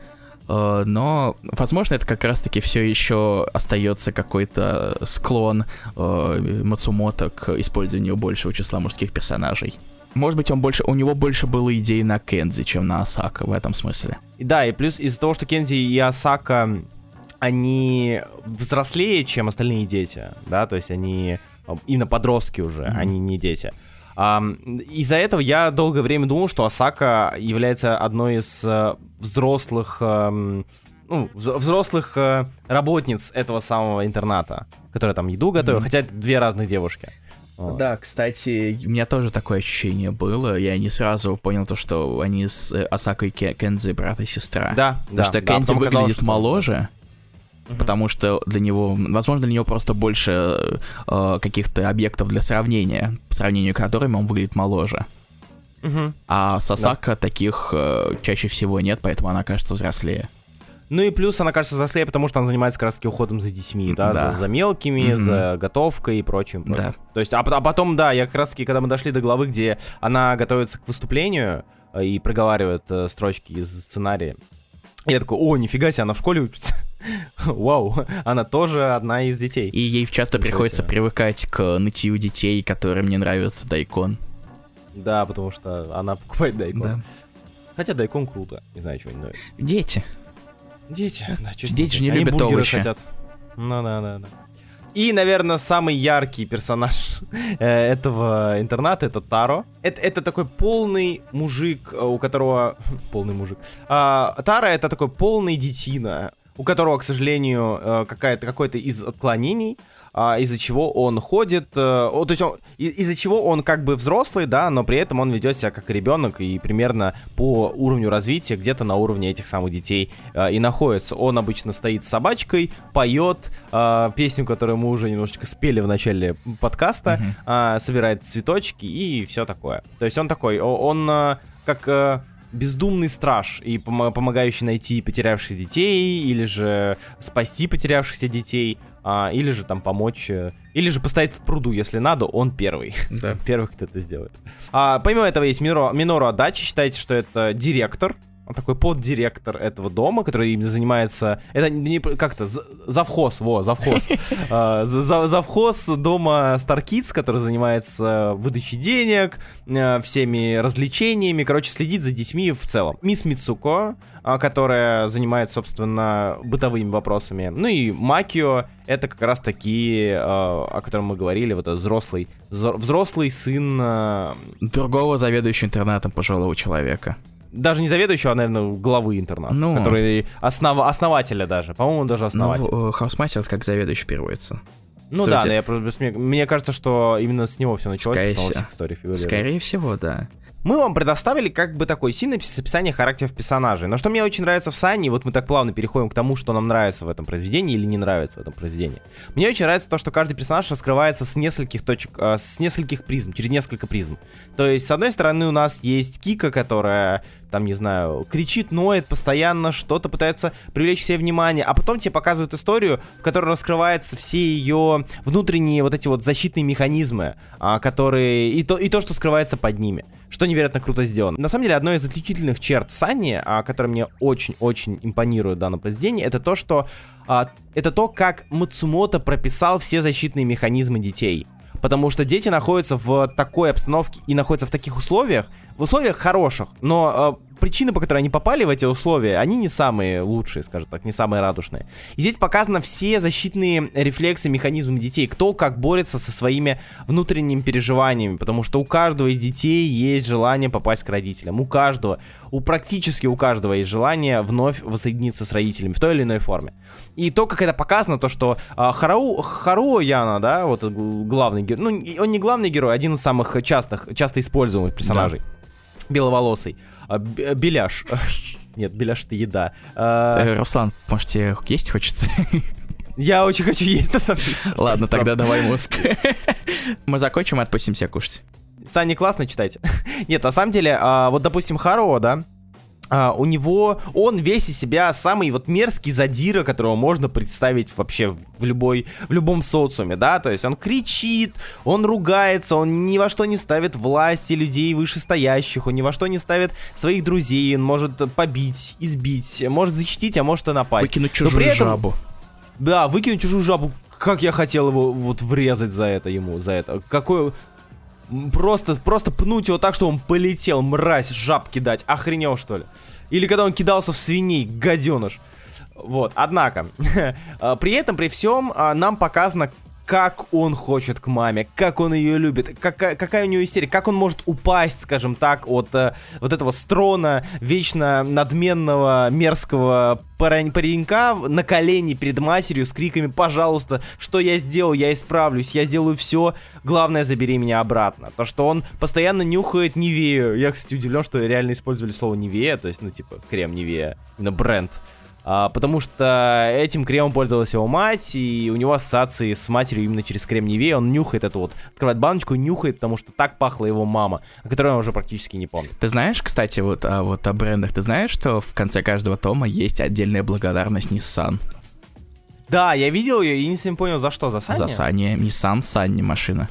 Но, возможно, это как раз-таки все еще остается какой-то склон э, Мацумото к использованию большего числа мужских персонажей. Может быть, он больше, у него больше было идей на Кензи, чем на Асака в этом смысле. Да, и плюс из-за того, что Кензи и Асака, они взрослее, чем остальные дети, да, то есть они именно подростки уже, mm-hmm. они не дети. Um, из-за этого я долгое время думал, что Асака является одной из uh, взрослых, uh, ну, взрослых uh, работниц этого самого интерната, которая там еду готовила, mm-hmm. хотя это две разных девушки. Вот. Да, кстати, у меня тоже такое ощущение было. Я не сразу понял то, что они с Асакой и Кензи брат и сестра. Да, потому да. что да, Кензи выглядит казалось, моложе. Угу. Потому что для него, возможно, для него просто больше э, каких-то объектов для сравнения, по сравнению с которыми он выглядит моложе. Угу. А с Асака да. таких э, чаще всего нет, поэтому она кажется взрослее. Ну и плюс она кажется взрослее, потому что она занимается как раз-таки уходом за детьми, да, да. За, за мелкими, mm-hmm. за готовкой и прочим. прочим. Да. То есть, а, а потом, да, я как раз-таки, когда мы дошли до главы, где она готовится к выступлению э, и проговаривает э, строчки из сценария, я такой: о, нифига себе, она в школе учится. Вау, она тоже одна из детей. И ей часто Ничего приходится себе. привыкать к нытью детей, которым не нравится дайкон. Да, потому что она покупает дайкон. Да. Хотя дайкон круто, не знаю, чего они нравится. Дети. Дети, да, что Дети же не любят овощи. Хотят. Ну да, да, да. И, наверное, самый яркий персонаж э, этого интерната — это Таро. Это, это такой полный мужик, у которого... Полный мужик. А, Таро — это такой полный детина, у которого, к сожалению, какая-то, какое-то из отклонений. а, из-за чего он ходит, а, о, то есть он, из-за чего он как бы взрослый, да, но при этом он ведет себя как ребенок и примерно по уровню развития где-то на уровне этих самых детей а, и находится. Он обычно стоит с собачкой, поет а, песню, которую мы уже немножечко спели в начале подкаста, mm-hmm. а, собирает цветочки и все такое. То есть он такой, он а, как... А, бездумный страж и пом- помогающий найти потерявшихся детей, или же спасти потерявшихся детей, а, или же там помочь, или же поставить в пруду, если надо, он первый. Да. Первый, кто это сделает. А, помимо этого есть Минору, Минору Адачи, считайте, что это директор, он такой поддиректор этого дома, который им занимается... Это не как-то завхоз, во, завхоз. Завхоз дома Star Kids, который занимается выдачей денег, всеми развлечениями, короче, следит за детьми в целом. Мисс Мицуко, которая занимается, собственно, бытовыми вопросами. Ну и Макио, это как раз такие, о котором мы говорили, вот этот взрослый, взрослый сын... Другого заведующего интернатом пожилого человека. Даже не заведующего, а, наверное, главы интерната, ну, который основ... основателя даже, по-моему, даже основатель. Ну, хаусмастер как заведующий переводится. Ну Сути... да, но я просто, мне, мне кажется, что именно с него все началось. Скорее, всего. Истории Скорее всего, да. Мы вам предоставили как бы такой синопсис описания характеров персонажей. Но что мне очень нравится в Санни, вот мы так плавно переходим к тому, что нам нравится в этом произведении или не нравится в этом произведении. Мне очень нравится то, что каждый персонаж раскрывается с нескольких точек, э, с нескольких призм, через несколько призм. То есть, с одной стороны, у нас есть Кика, которая, там, не знаю, кричит, ноет постоянно, что-то пытается привлечь к себе внимание, а потом тебе показывают историю, в которой раскрываются все ее внутренние вот эти вот защитные механизмы, а, которые... И то, и то, что скрывается под ними. Что невероятно круто сделано. На самом деле, одной из отличительных черт Санни, а, которая мне очень-очень импонирует в данном произведении, это то, что... А, это то, как Мацумото прописал все защитные механизмы детей. Потому что дети находятся в такой обстановке и находятся в таких условиях, в условиях хороших, но э, причины, по которой они попали в эти условия, они не самые лучшие, скажем так, не самые радужные. И здесь показаны все защитные рефлексы, механизмы детей, кто как борется со своими внутренними переживаниями, потому что у каждого из детей есть желание попасть к родителям, у каждого, у практически у каждого есть желание вновь воссоединиться с родителями в той или иной форме. И то, как это показано, то, что э, Хару, Харуо Яна, да, вот главный герой, ну, он не главный герой, один из самых частых, часто используемых персонажей. Да. Беловолосый. А, беляш. Нет, беляш — это еда. А... Руслан, может, тебе есть хочется? Я очень хочу есть, на самом деле. Ладно, тогда давай мозг. Мы закончим и отпустим себя кушать. Саня, классно читайте. Нет, на самом деле, вот, допустим, Харуо, да, Uh, у него, он весь из себя самый вот мерзкий задира, которого можно представить вообще в любой, в любом социуме, да, то есть он кричит, он ругается, он ни во что не ставит власти людей вышестоящих, он ни во что не ставит своих друзей, он может побить, избить, может защитить, а может и напасть. Выкинуть чужую этом, жабу. Да, выкинуть чужую жабу, как я хотел его вот врезать за это ему, за это, какой... Просто, просто пнуть его так, что он полетел, мразь, жаб кидать. Охренел, что ли? Или когда он кидался в свиней, гаденыш. Вот, однако, при этом, при всем, нам показано, как он хочет к маме, как он ее любит, какая, какая у него истерика, как он может упасть, скажем так, от э, вот этого строна вечно надменного, мерзкого паренька на колени перед матерью с криками: «Пожалуйста, что я сделал? Я исправлюсь, я сделаю все, главное, забери меня обратно». То, что он постоянно нюхает Нивею. Я, кстати, удивлен, что реально использовали слово Нивея, то есть, ну, типа, крем Нивея, именно бренд. А, потому что этим кремом пользовалась его мать, и у него ассоциации с матерью именно через крем Нивея. Он нюхает эту вот, открывает баночку и нюхает, потому что так пахла его мама, о которой он уже практически не помнит. Ты знаешь, кстати, вот, а, вот о брендах, ты знаешь, что в конце каждого тома есть отдельная благодарность Nissan? Да, я видел ее и не совсем понял, за что, за Санни? За Санни, Nissan Санни машина.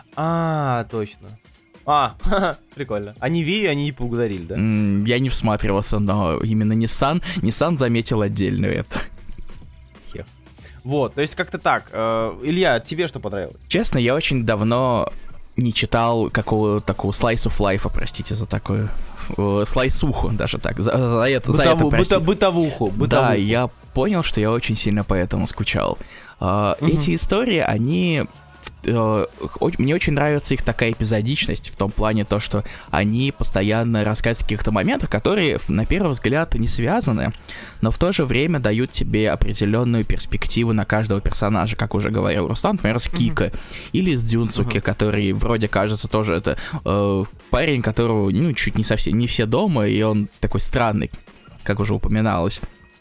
А, точно. А, прикольно. А Нивею они не поблагодарили, да? Mm, я не всматривался, но именно Nissan, Nissan заметил отдельно это. Хех. Вот, то есть как-то так. Э, Илья, тебе что понравилось? Честно, я очень давно не читал какого такого slice of life, простите за такую э, слайсуху, даже так, за, за это, Бытову, за это, простите. Быто, бытовуху, бытовуху. Да, я понял, что я очень сильно по этому скучал. Э, угу. Эти истории, они... э, мне очень нравится их такая эпизодичность в том плане, то, что они постоянно рассказывают о каких-то моментах, которые, на первый взгляд, не связаны, но в то же время дают тебе определенную перспективу на каждого персонажа, как уже говорил Руслан, например, с Кика, mm-hmm. или с Дюнсуки, mm-hmm. который вроде кажется тоже это э, парень, которого, ну, чуть не совсем, не все дома, и он такой странный, как уже упоминалось.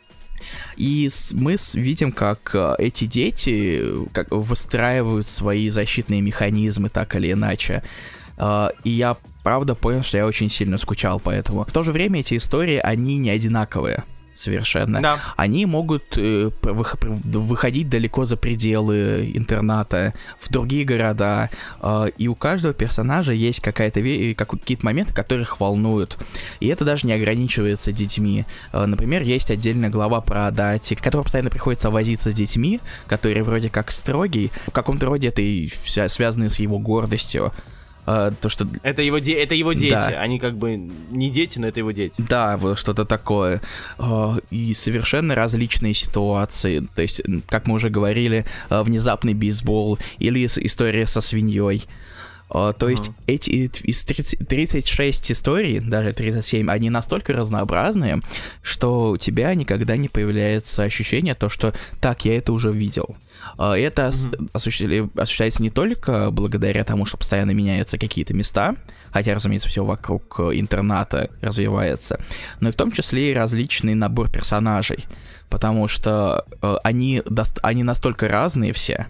И мы видим, как эти дети как выстраивают свои защитные механизмы так или иначе. И я правда понял, что я очень сильно скучал по этому. В то же время эти истории, они не одинаковые. Совершенно. Да. Они могут э, выходить далеко за пределы интерната, в другие города, э, и у каждого персонажа есть какая-то ве- как, какие-то моменты, которые их волнуют. И это даже не ограничивается детьми. Э, например, есть отдельная глава про Дати, которая постоянно приходится возиться с детьми, которые вроде как строгие, в каком-то роде это и вся, связаны с его гордостью. Uh, то, что... это, его де... это его дети, да. Они как бы не дети, но это его дети. Да, вот что-то такое. Uh, и совершенно различные ситуации. То есть, как мы уже говорили, uh, внезапный бейсбол или история со свиньей. Uh, то uh-huh. есть эти из тридцати, тридцать шесть историй, даже тридцать семь, они настолько разнообразные, что у тебя никогда не появляется ощущение, то, что так, я это уже видел. Uh, это uh-huh. осуществляется, осуществляется не только благодаря тому, что постоянно меняются какие-то места, хотя, разумеется, все вокруг интерната развивается, но и в том числе и различный набор персонажей, потому что uh, они, дост- они настолько разные все,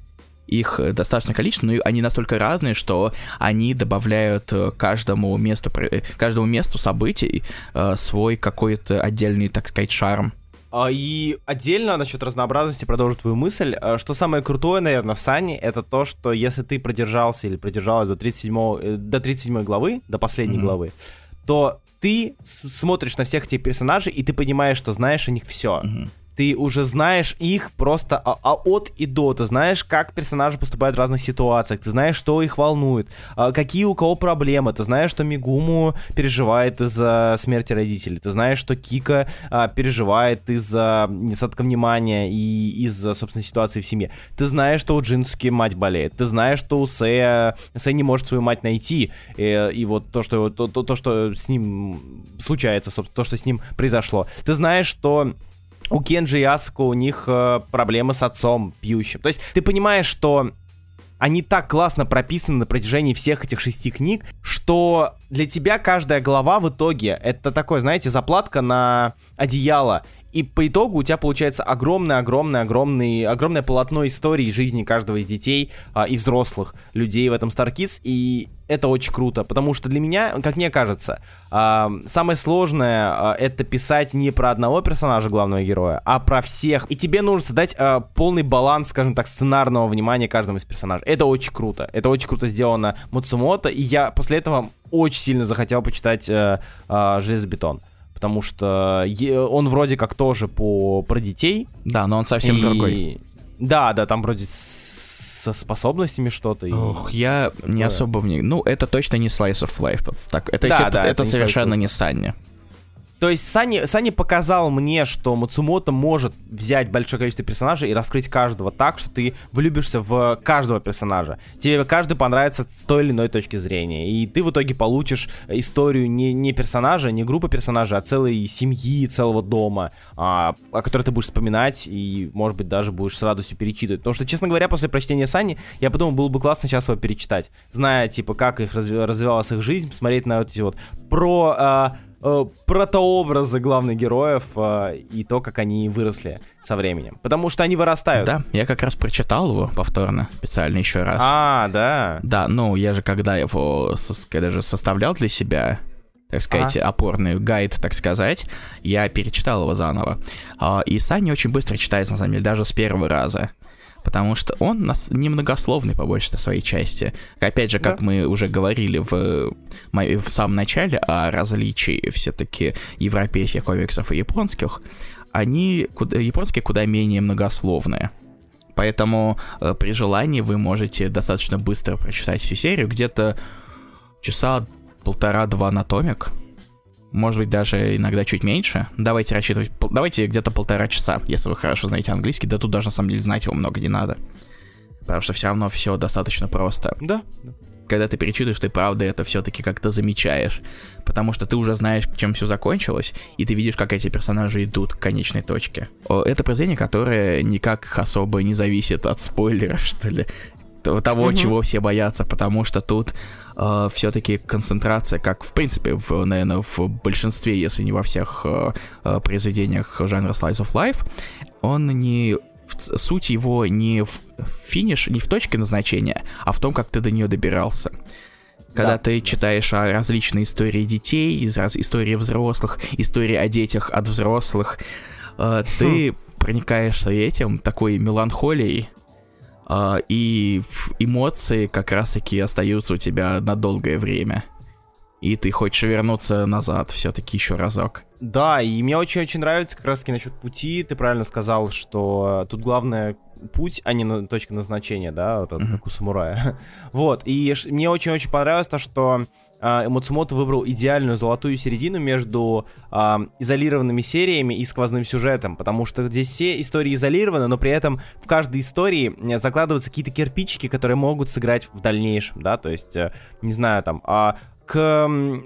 их достаточное количество, но они настолько разные, что они добавляют каждому месту, каждому месту событий uh, свой какой-то отдельный, так сказать, шарм. И отдельно насчет разнообразности продолжу твою мысль. Что самое крутое, наверное, в Сане, это то, что если ты продержался или продержалась до тридцать седьмой, до тридцать седьмой главы, до последней mm-hmm. главы, то ты смотришь на всех этих персонажей, и ты понимаешь, что знаешь о них все. Mm-hmm. Ты уже знаешь их просто а, а от и до. Ты знаешь, как персонажи поступают в разных ситуациях. Ты знаешь, что их волнует, а, какие у кого проблемы. Ты знаешь, что Мегуму переживает из-за смерти родителей. Ты знаешь, что Кика а, переживает из-за нехватки внимания и из-за, собственно, ситуации в семье. Ты знаешь, что у Джинсуки мать болеет. Ты знаешь, что у Сэя, Сэй не может свою мать найти. И, и вот то что, то, то, то, что с ним случается, собственно, то, что с ним произошло. Ты знаешь, что у Кенджи и Асако у них э, проблемы с отцом пьющим. То есть ты понимаешь, что они так классно прописаны на протяжении всех этих шести книг, что для тебя каждая глава в итоге это такой, знаете, заплатка на одеяло. И по итогу у тебя получается огромное-огромное-огромное огромное полотно истории жизни каждого из детей а, и взрослых людей в этом Star Kids, и это очень круто, потому что для меня, как мне кажется, а, самое сложное а, это писать не про одного персонажа главного героя, а про всех. И тебе нужно создать а, полный баланс, скажем так, сценарного внимания каждому из персонажей. Это очень круто. Это очень круто сделано Мацумото, и я после этого очень сильно захотел почитать а, а, «Железобетон». Потому что он вроде как тоже по, про детей. Да, но он совсем и... другой. Да, да, там вроде со способностями что-то. Ох, и... я такое. Не особо в них... Ну, это точно не Slice of Life. Тут, так... Это, да, это, да, это, это совершенно не Санни. То есть Сани, Сани показал мне, что Мацумото может взять большое количество персонажей и раскрыть каждого так, что ты влюбишься в каждого персонажа. Тебе каждый понравится с той или иной точки зрения. И ты в итоге получишь историю не, не персонажа, не группы персонажей, а целой семьи, целого дома, а, о которой ты будешь вспоминать и, может быть, даже будешь с радостью перечитывать. Потому что, честно говоря, после прочтения Сани, я подумал, было бы классно сейчас его перечитать. Зная, типа, как их разви- развивалась их жизнь, посмотреть на вот эти вот про... А, протообразы главных героев э, и то, как они выросли со временем. Потому что они вырастают. Да, я как раз прочитал его повторно, специально еще раз. А, да? Да, ну, я же когда его когда же составлял для себя, так сказать, ага. опорный гайд, так сказать, я перечитал его заново. И Санни очень быстро читается, на самом деле, даже с первого раза. Потому что он нас немногословный по большей своей части. Опять же, как да. мы уже говорили в, в самом начале о различии все-таки европейских комиксов и японских, они куда, японские куда менее многословные. Поэтому э, при желании вы можете достаточно быстро прочитать всю серию, где-то часа полтора-два на томик. Может быть, даже иногда чуть меньше. Давайте рассчитывать... Давайте где-то полтора часа, если вы хорошо знаете английский. Да тут даже, на самом деле, знать его много не надо. Потому что все равно все достаточно просто. Да. Когда ты перечитываешь, ты правда это все-таки как-то замечаешь. Потому что ты уже знаешь, чем все закончилось, и ты видишь, как эти персонажи идут к конечной точке. Это произведение, которое никак особо не зависит от спойлеров, что ли. Того, mm-hmm. чего все боятся, потому что тут э, все-таки концентрация, как в принципе, в, наверное, в большинстве, если не во всех э, э, произведениях жанра Slice of Life, он не... Суть его не в финиш, не в точке назначения, а в том, как ты до нее добирался. Когда да. ты читаешь о различные истории детей, истории взрослых, истории о детях от взрослых, э, ты хм. проникаешься этим, такой меланхолией, э, и эмоции как раз-таки остаются у тебя на долгое время. И ты хочешь вернуться назад все-таки еще разок. Да, и мне очень-очень нравится как раз-таки насчет пути. Ты правильно сказал, что тут главное путь, а не точка назначения, да, вот это, mm-hmm. как у самурая. Вот, и мне очень-очень понравилось то, что э, Мацумото выбрал идеальную золотую середину между э, изолированными сериями и сквозным сюжетом, потому что здесь все истории изолированы, но при этом в каждой истории закладываются какие-то кирпичики, которые могут сыграть в дальнейшем, да, то есть, э, не знаю, там... Э, К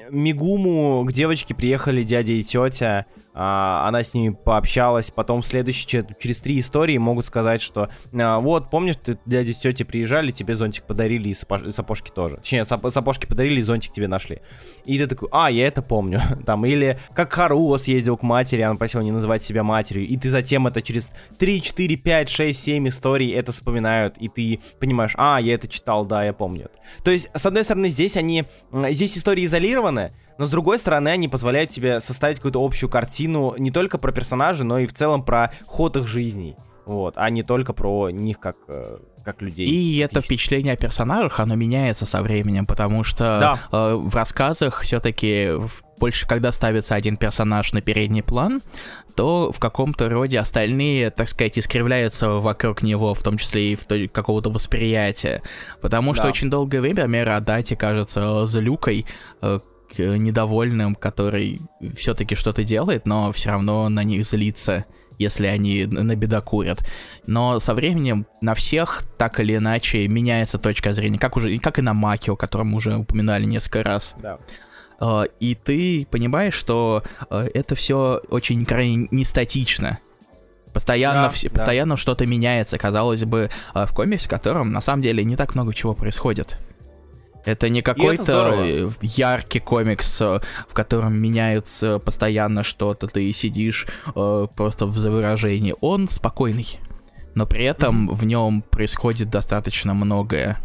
Мегуму, к девочке приехали дядя и тетя, а, она с ними пообщалась, потом в следующие, через три истории могут сказать, что а, вот, помнишь, ты, дядя и тетя приезжали, тебе зонтик подарили и сапож, сапожки тоже. Точнее, сап, сапожки подарили и зонтик тебе нашли. И ты такой, а, я это помню. Там, или как Харуо съездил к матери, она просила не называть себя матерью, и ты затем это через три, четыре, пять, шесть, семь историй это вспоминают, и ты понимаешь, а, я это читал, да, я помню. То есть, с одной стороны, здесь они, здесь истории изолированы, но с другой стороны, они позволяют тебе составить какую-то общую картину не только про персонажей, но и в целом про ход их жизней, вот, а не только про них как, как людей. И это впечатление о персонажах, оно меняется со временем, потому что да. э, в рассказах все-таки больше, когда ставится один персонаж на передний план, то в каком-то роде остальные, так сказать, искривляются вокруг него, в том числе и в той, какого-то восприятия. Потому что да. очень долгое время, например, Адати кажется злюкой, э, недовольным, который все-таки что-то делает, но все равно на них злится, если они набедокурят. Но со временем на всех так или иначе меняется точка зрения, как, уже, как и на Макио, о котором мы уже упоминали несколько раз. Да. Uh, и ты понимаешь, что uh, это все очень крайне не статично. Постоянно, да, вс- да. постоянно что-то меняется, казалось бы, uh, в комиксе, в котором на самом деле не так много чего происходит. Это не какой-то яркий комикс, в котором меняется постоянно что-то, ты сидишь uh, просто в выражении. Он спокойный, но при этом mm-hmm. в нем происходит достаточно многое.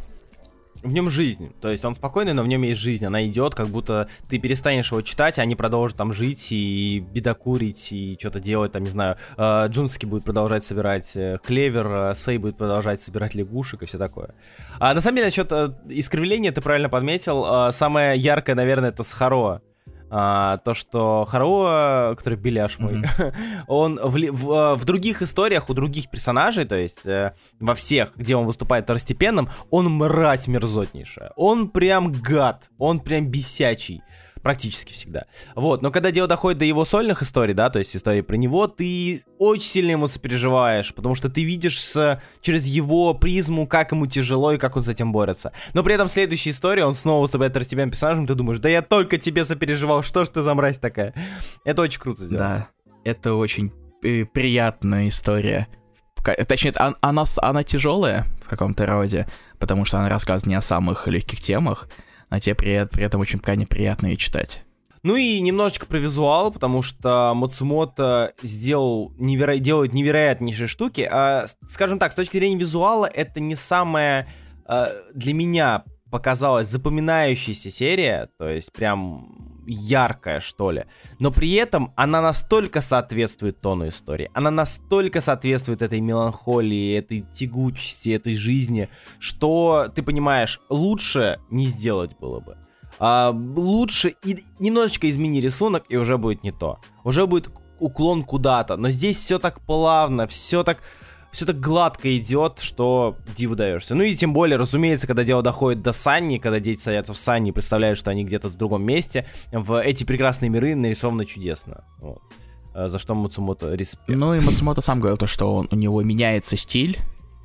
В нем жизнь, то есть он спокойный, но в нем есть жизнь, она идет, как будто ты перестанешь его читать, а они продолжат там жить и бедокурить, и что-то делать, там, не знаю, э, Джунсики будет продолжать собирать э, клевер, э, Сэй будет продолжать собирать лягушек и все такое. А на самом деле, насчет э, искривления ты правильно подметил, э, самое яркое, наверное, это с Харуо. А, то, что Харуо, который беляш мой, mm-hmm. он в, в, в других историях у других персонажей, то есть э, во всех, где он выступает второстепенным, он мразь мерзотнейшая. Он прям гад, он прям бесячий. Практически всегда. Вот, но когда дело доходит до его сольных историй, да, то есть истории про него, ты очень сильно ему сопереживаешь, потому что ты видишь с, через его призму, как ему тяжело и как он с этим борется. Но при этом в следующей истории он снова выступает второстепенным персонажем, ты думаешь, да я только тебе сопереживал, что ж ты за мразь такая? Это очень круто сделано. Да, это очень э, приятная история. Точнее, она, она, она тяжелая в каком-то роде, потому что она рассказывает не о самых легких темах, а тебе при, при этом очень крайне приятно ее читать. Ну и немножечко про визуал, потому что Мацумото сделал неверо... делает невероятнейшие штуки. А, скажем так, с точки зрения визуала, это не самая а, для меня показалась запоминающаяся серия, то есть прям яркая, что ли. Но при этом она настолько соответствует тону истории, она настолько соответствует этой меланхолии, этой тягучести, этой жизни, что ты понимаешь, лучше не сделать было бы. А, лучше и немножечко измени рисунок, и уже будет не то. Уже будет уклон куда-то. Но здесь все так плавно, все так... Все так гладко идет, что диву даешься. Ну и тем более, разумеется, когда дело доходит до Санни, когда дети садятся в Санни и представляют, что они где-то в другом месте, в эти прекрасные миры нарисовано чудесно. Вот. За что Мацумото респект. Ну и Мацумото сам говорил то, что он, у него меняется стиль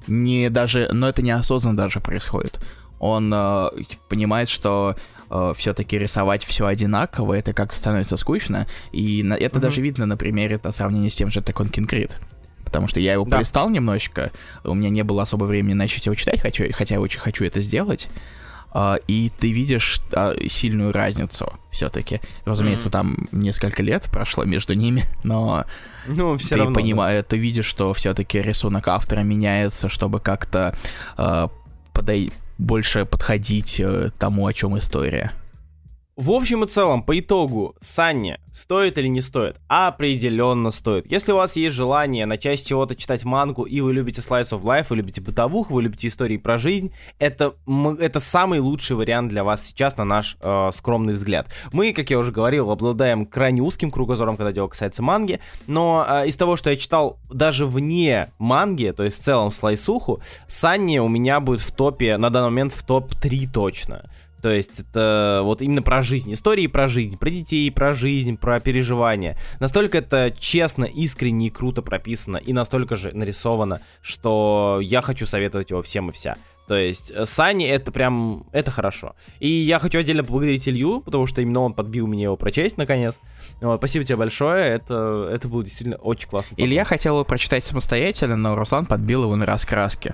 не даже, но это неосознанно даже происходит. Он э, понимает, что э, все-таки рисовать все одинаково, это как-то становится скучно, и на, это mm-hmm. даже видно на примере на сравнении с тем же Attack on King Creed. Потому что я его да. полистал немножечко, у меня не было особо времени начать его читать, хотя, хотя я очень хочу это сделать. Uh, и ты видишь uh, сильную разницу все-таки. Разумеется, mm-hmm. там несколько лет прошло между ними, но ну, все ты равно, понимаешь, да. ты видишь, что все-таки рисунок автора меняется, чтобы как-то uh, подай- больше подходить uh, тому, о чем история. В общем и целом, по итогу, Санни, стоит или не стоит? Определенно стоит. Если у вас есть желание начать с чего-то читать мангу, и вы любите Slice of Life, вы любите бытовуху, вы любите истории про жизнь, это, это самый лучший вариант для вас сейчас, на наш э, скромный взгляд. Мы, как я уже говорил, обладаем крайне узким кругозором, когда дело касается манги, но э, из того, что я читал даже вне манги, то есть в целом слайсуху, Санни у меня будет в топе, на данный момент в топ три точно. То есть это вот именно про жизнь, истории про жизнь, про детей, про жизнь, про переживания. Настолько это честно, искренне и круто прописано, и настолько же нарисовано, что я хочу советовать его всем и вся. То есть Санни это прям, это хорошо. И я хочу отдельно поблагодарить Илью, потому что именно он подбил меня его прочесть наконец. Вот, спасибо тебе большое, это, это был действительно очень классно. Илья хотел его прочитать самостоятельно, но Руслан подбил его на раскраске.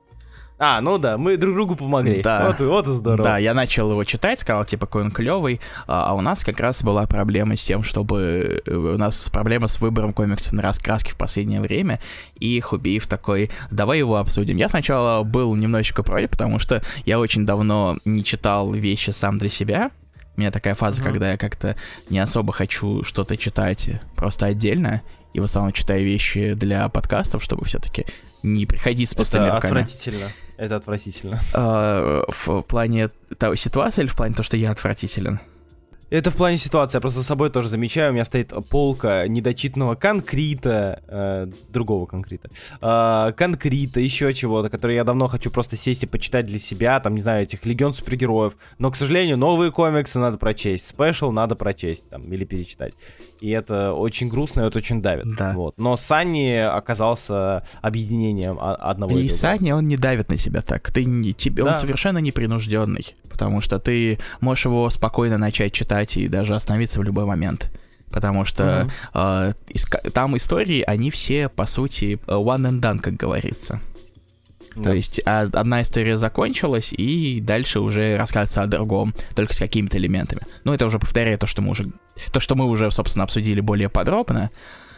А, ну да, мы друг другу помогли. Да. Вот, вот и здорово. Да, я начал его читать, сказал, типа, какой он клевый, а, а у нас как раз была проблема с тем, чтобы... У нас проблема с выбором комиксов на раскраске в последнее время, и Хубиев такой, давай его обсудим. Я сначала был немножечко против, потому что я очень давно не читал вещи сам для себя. У меня такая фаза, uh-huh. когда я как-то не особо хочу что-то читать просто отдельно, и в основном читаю вещи для подкастов, чтобы все-таки не приходить с пустыми Это руками. отвратительно. Это отвратительно. А, в плане того ситуации или в плане того, что я отвратителен? Это в плане ситуации, я просто за собой тоже замечаю, у меня стоит полка недочитанного конкрита, э, другого конкрита, э, конкрита, еще чего-то, который я давно хочу просто сесть и почитать для себя, там, не знаю, этих Легион супергероев, но, к сожалению, новые комиксы надо прочесть, спешл надо прочесть, там, или перечитать, и это очень грустно, и это очень давит, да. Вот. Но Санни оказался объединением одного и из другого. Санни, он не давит на себя так, ты не, тебе, да. он совершенно непринужденный, потому что ты можешь его спокойно начать читать и даже остановиться в любой момент. Потому что mm-hmm. э, иска- там истории, они все, по сути, one and done, как говорится. Yeah. То есть а, одна история закончилась, и дальше уже рассказывается о другом, только с какими-то элементами. Ну, это уже повторяет то, что мы уже, то, что мы уже, собственно, обсудили более подробно.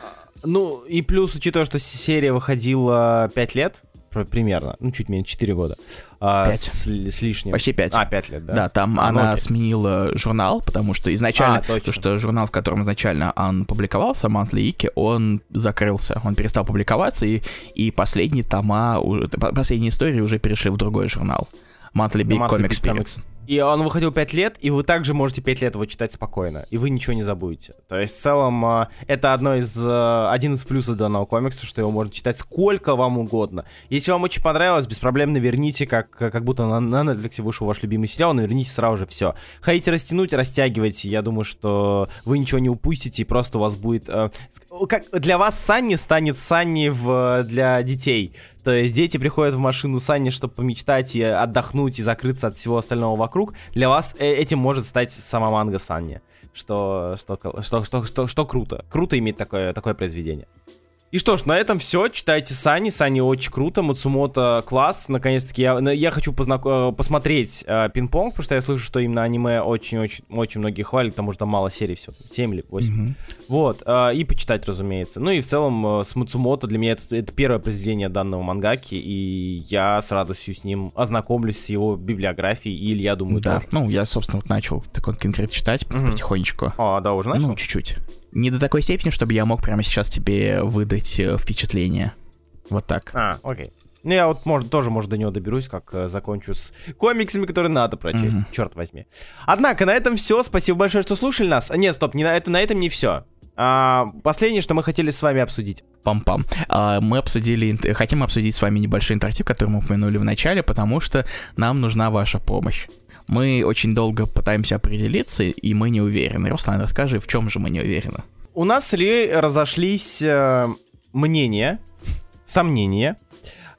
Ну, и плюс, учитывая, что серия выходила пять лет, примерно, ну, чуть меньше, четыре года. пять. С, с лишним. Почти пять. А, пять лет, да. Да, там а, она ну, сменила журнал, потому что изначально, а, то, что журнал, в котором изначально он публиковался, Monthly Ики, он закрылся, он перестал публиковаться, и, и последние тома, последние истории уже перешли в другой журнал. Monthly Big Comic Spirits. И он выходил пять лет, и вы также можете пять лет его читать спокойно, и вы ничего не забудете. То есть, в целом, это одно из, один из плюсов данного комикса, что его можно читать сколько вам угодно. Если вам очень понравилось, беспроблемно верните, как, как будто на, на Netflix вышел ваш любимый сериал, но верните сразу же все. Хотите растянуть, растягивайте, я думаю, что вы ничего не упустите, и просто у вас будет... Э, как, для вас Санни станет Санни в, для детей. То есть дети приходят в машину Санни, чтобы помечтать и отдохнуть, и закрыться от всего остального вокруг. Для вас этим может стать сама манга Санни. Что, что, что, что, что, что круто. Круто иметь такое, такое произведение. И что ж, на этом все. Читайте Санни. Санни очень круто. Мацумото класс. Наконец-таки я, я хочу познак... посмотреть э, пинг-понг, потому что я слышу, что именно аниме очень-очень-очень многие хвалят, потому что там мало серий всего. семь или восемь. Mm-hmm. Вот. Э, и почитать, разумеется. Ну и в целом э, с Мацумото для меня это, это первое произведение данного мангаки, и я с радостью с ним ознакомлюсь, с его библиографией, и Илья, думаю, да. тоже. Ну, я, собственно, вот начал такой конкретно читать mm-hmm. потихонечку. А, да, уже начал? Ну, чуть-чуть. Не до такой степени, чтобы я мог прямо сейчас тебе выдать э, впечатление. Вот так. А, окей. Ну, я вот может, тоже, может, до него доберусь, как э, закончу с комиксами, которые надо прочесть. Mm-hmm. Черт возьми. Однако, на этом все. Спасибо большое, что слушали нас. Нет, стоп, не на, это, на этом не все. А, последнее, что мы хотели с вами обсудить. Пам-пам. А, мы обсудили, хотим обсудить с вами небольшой интерактив, который мы упомянули в начале, потому что нам нужна ваша помощь. Мы очень долго пытаемся определиться, и мы не уверены. Руслан, расскажи, в чем же мы не уверены? У нас с Ильей разошлись э, мнения, сомнения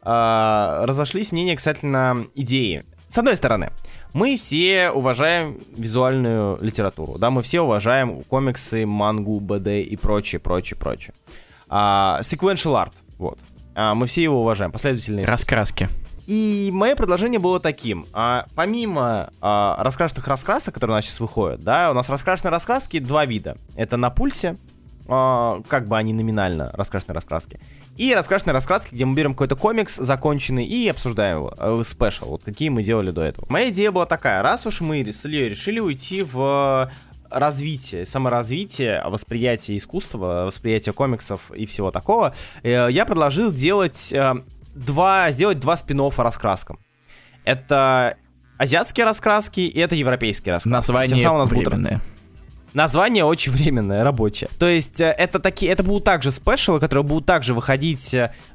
э, разошлись мнения касательно идеи. С одной стороны, мы все уважаем визуальную литературу, да, мы все уважаем комиксы, мангу, БД и прочее, прочее, прочее. А, sequential art, вот. А, мы все его уважаем, последовательные... Раскраски. И мое предложение было таким. А, помимо а, раскрашенных раскрасок, которые у нас сейчас выходят, да, у нас раскрашенные раскраски два вида. Это на пульсе, а, как бы они номинально раскрашенные раскраски. И раскрашенные раскраски, где мы берем какой-то комикс законченный и обсуждаем его. Спешл, вот какие мы делали до этого. Моя идея была такая. Раз уж мы с Ильей решили уйти в развитие, саморазвитие, восприятие искусства, восприятие комиксов и всего такого, я предложил делать... Два, сделать два спин-оффа раскраскам. Это азиатские раскраски и это европейские раскраски. Название временное. Будут... Название очень временное, рабочее. То есть это такие, это будут также спешалы, которые будут также выходить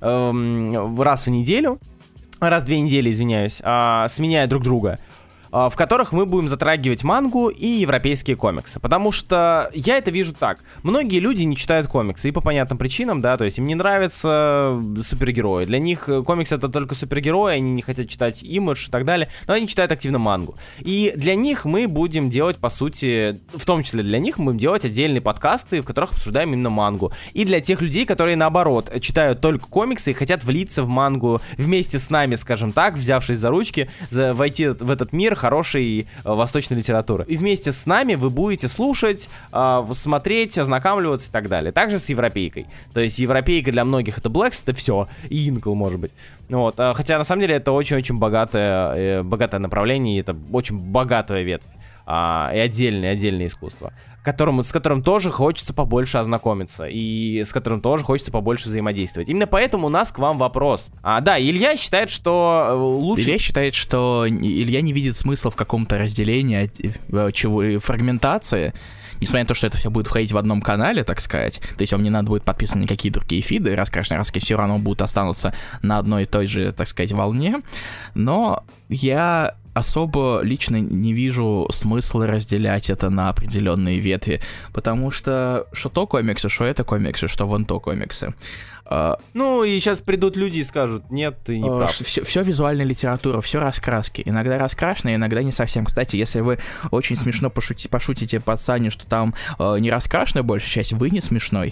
эм, раз в неделю, раз в две недели, извиняюсь, э, сменяя друг друга, в которых мы будем затрагивать мангу и европейские комиксы. Потому что я это вижу так. Многие люди не читают комиксы, и по понятным причинам, да, то есть им не нравятся супергерои. Для них комиксы — это только супергерои, они не хотят читать имидж и так далее, но они читают активно мангу. И для них мы будем делать, по сути, в том числе для них, мы будем делать отдельные подкасты, в которых обсуждаем именно мангу. И для тех людей, которые, наоборот, читают только комиксы и хотят влиться в мангу вместе с нами, скажем так, взявшись за ручки, за, войти в этот мир хорошей э, восточной литературы. И вместе с нами вы будете слушать, э, смотреть, ознакомливаться и так далее. Также с европейкой. То есть европейка для многих это Блэкс, это все. И Инкл, может быть. Вот. А, хотя на самом деле это очень-очень богатое, э, богатое направление, и это очень богатая ветвь. А, и отдельное, отдельное искусство, которому, с которым тоже хочется побольше ознакомиться, и с которым тоже хочется побольше взаимодействовать. Именно поэтому у нас к вам вопрос. А, да, Илья считает, что лучше... Илья считает, что Илья не видит смысла в каком-то разделении, чего, фрагментации, несмотря на то, что это все будет входить в одном канале, так сказать, то есть вам не надо будет подписывать никакие другие фиды, раскрашенные раски все равно будут останутся на одной и той же, так сказать, волне, но я... особо лично не вижу смысла разделять это на определенные ветви, потому что что то комиксы, что это комиксы, что вон то комиксы. Uh, ну и сейчас придут люди и скажут, нет, ты не uh, прав. Все, все визуальная литература, все раскраски. Иногда раскрашенные, иногда не совсем. Кстати, если вы очень смешно пошути, пошутите под Саню, что там uh, не раскрашенная большая часть, вы не смешной.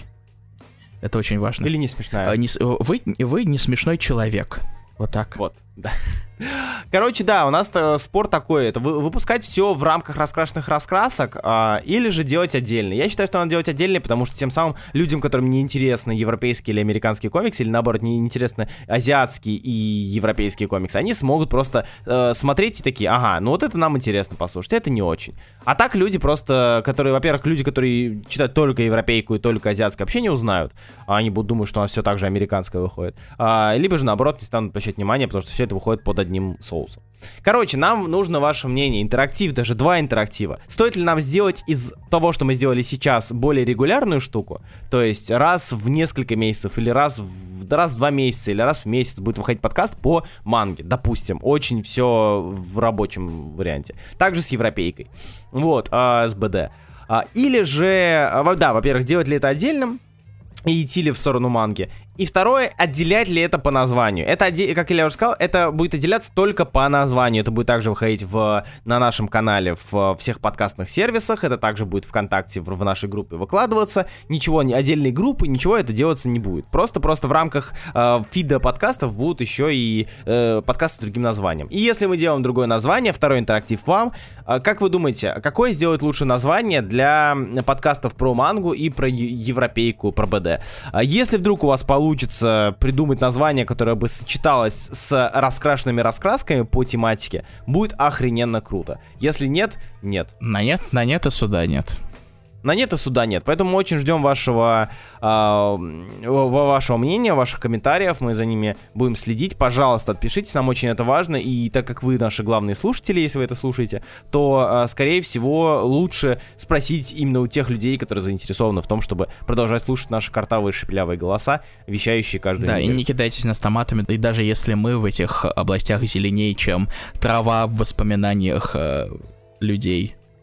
Это очень важно. Или не смешная. Uh, не, вы, вы не смешной человек. Вот так. Вот, да. Короче, да, у нас спор такой, это выпускать все в рамках раскрашенных раскрасок, а, или же делать отдельно. Я считаю, что надо делать отдельно, потому что тем самым людям, которым не интересны европейские или американские комиксы, или наоборот, не интересны азиатские и европейские комиксы, они смогут просто э, смотреть и такие, ага, ну вот это нам интересно послушать, это не очень. А так люди просто, которые, во-первых, люди, которые читают только европейку и только азиатское, вообще не узнают. Они будут думать, что у нас все так же американское выходит. А, либо же, наоборот, не станут обращать внимание, потому что все это выходит под одним соусом. Короче, нам нужно ваше мнение, интерактив, даже два интерактива. Стоит ли нам сделать из того, что мы сделали сейчас, более регулярную штуку? То есть раз в несколько месяцев, или раз в, раз в два месяца, или раз в месяц будет выходить подкаст по манге, допустим. Очень все в рабочем варианте. Также с европейкой. Вот, а, с БД. А, или же, да, во-первых, делать ли это отдельным и идти ли в сторону манги. И второе, отделять ли это по названию. Это, как Илья уже сказал, это будет отделяться только по названию. Это будет также выходить в, на нашем канале в всех подкастных сервисах. Это также будет ВКонтакте в, в нашей группе выкладываться. Ничего, не отдельные группы, ничего это делаться не будет. Просто-просто в рамках э, фида подкастов будут еще и э, подкасты с другим названием. И если мы делаем другое название, второй интерактив вам, э, как вы думаете, какое сделать лучше название для подкастов про мангу и про европейку, про БД? Если вдруг у вас получится получится придумать название, которое бы сочеталось с раскрашенными раскрасками по тематике, будет охрененно круто. Если нет, нет. На нет, на нет и суда нет. На нет и суда нет, поэтому мы очень ждем вашего, э, вашего мнения, ваших комментариев, мы за ними будем следить. Пожалуйста, отпишитесь, нам очень это важно, и так как вы наши главные слушатели, если вы это слушаете, то, э, скорее всего, лучше спросить именно у тех людей, которые заинтересованы в том, чтобы продолжать слушать наши картавые шепелявые голоса, вещающие каждый день. Да, неделю. И не кидайтесь нас томатами, и даже если мы в этих областях зеленее, чем трава в воспоминаниях э, людей,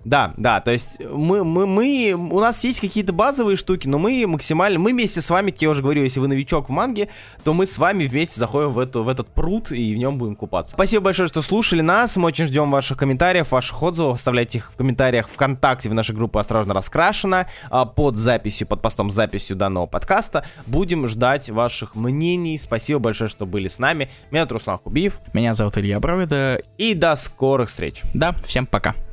Да, да, то есть мы, мы, мы, у нас есть какие-то базовые штуки, но мы максимально, мы вместе с вами, как я уже говорю, если вы новичок в манге, то мы с вами вместе заходим в, эту, в этот пруд и в нем будем купаться. Спасибо большое, что слушали нас, мы очень ждем ваших комментариев, ваших отзывов, оставляйте их в комментариях ВКонтакте в нашей группе «Осторожно, раскрашено», под записью, под постом с записью данного подкаста. Будем ждать ваших мнений. Спасибо большое, что были с нами. Меня зовут Руслан Хубиев. Меня зовут Илья Бровида. И до скорых встреч. Да, всем пока.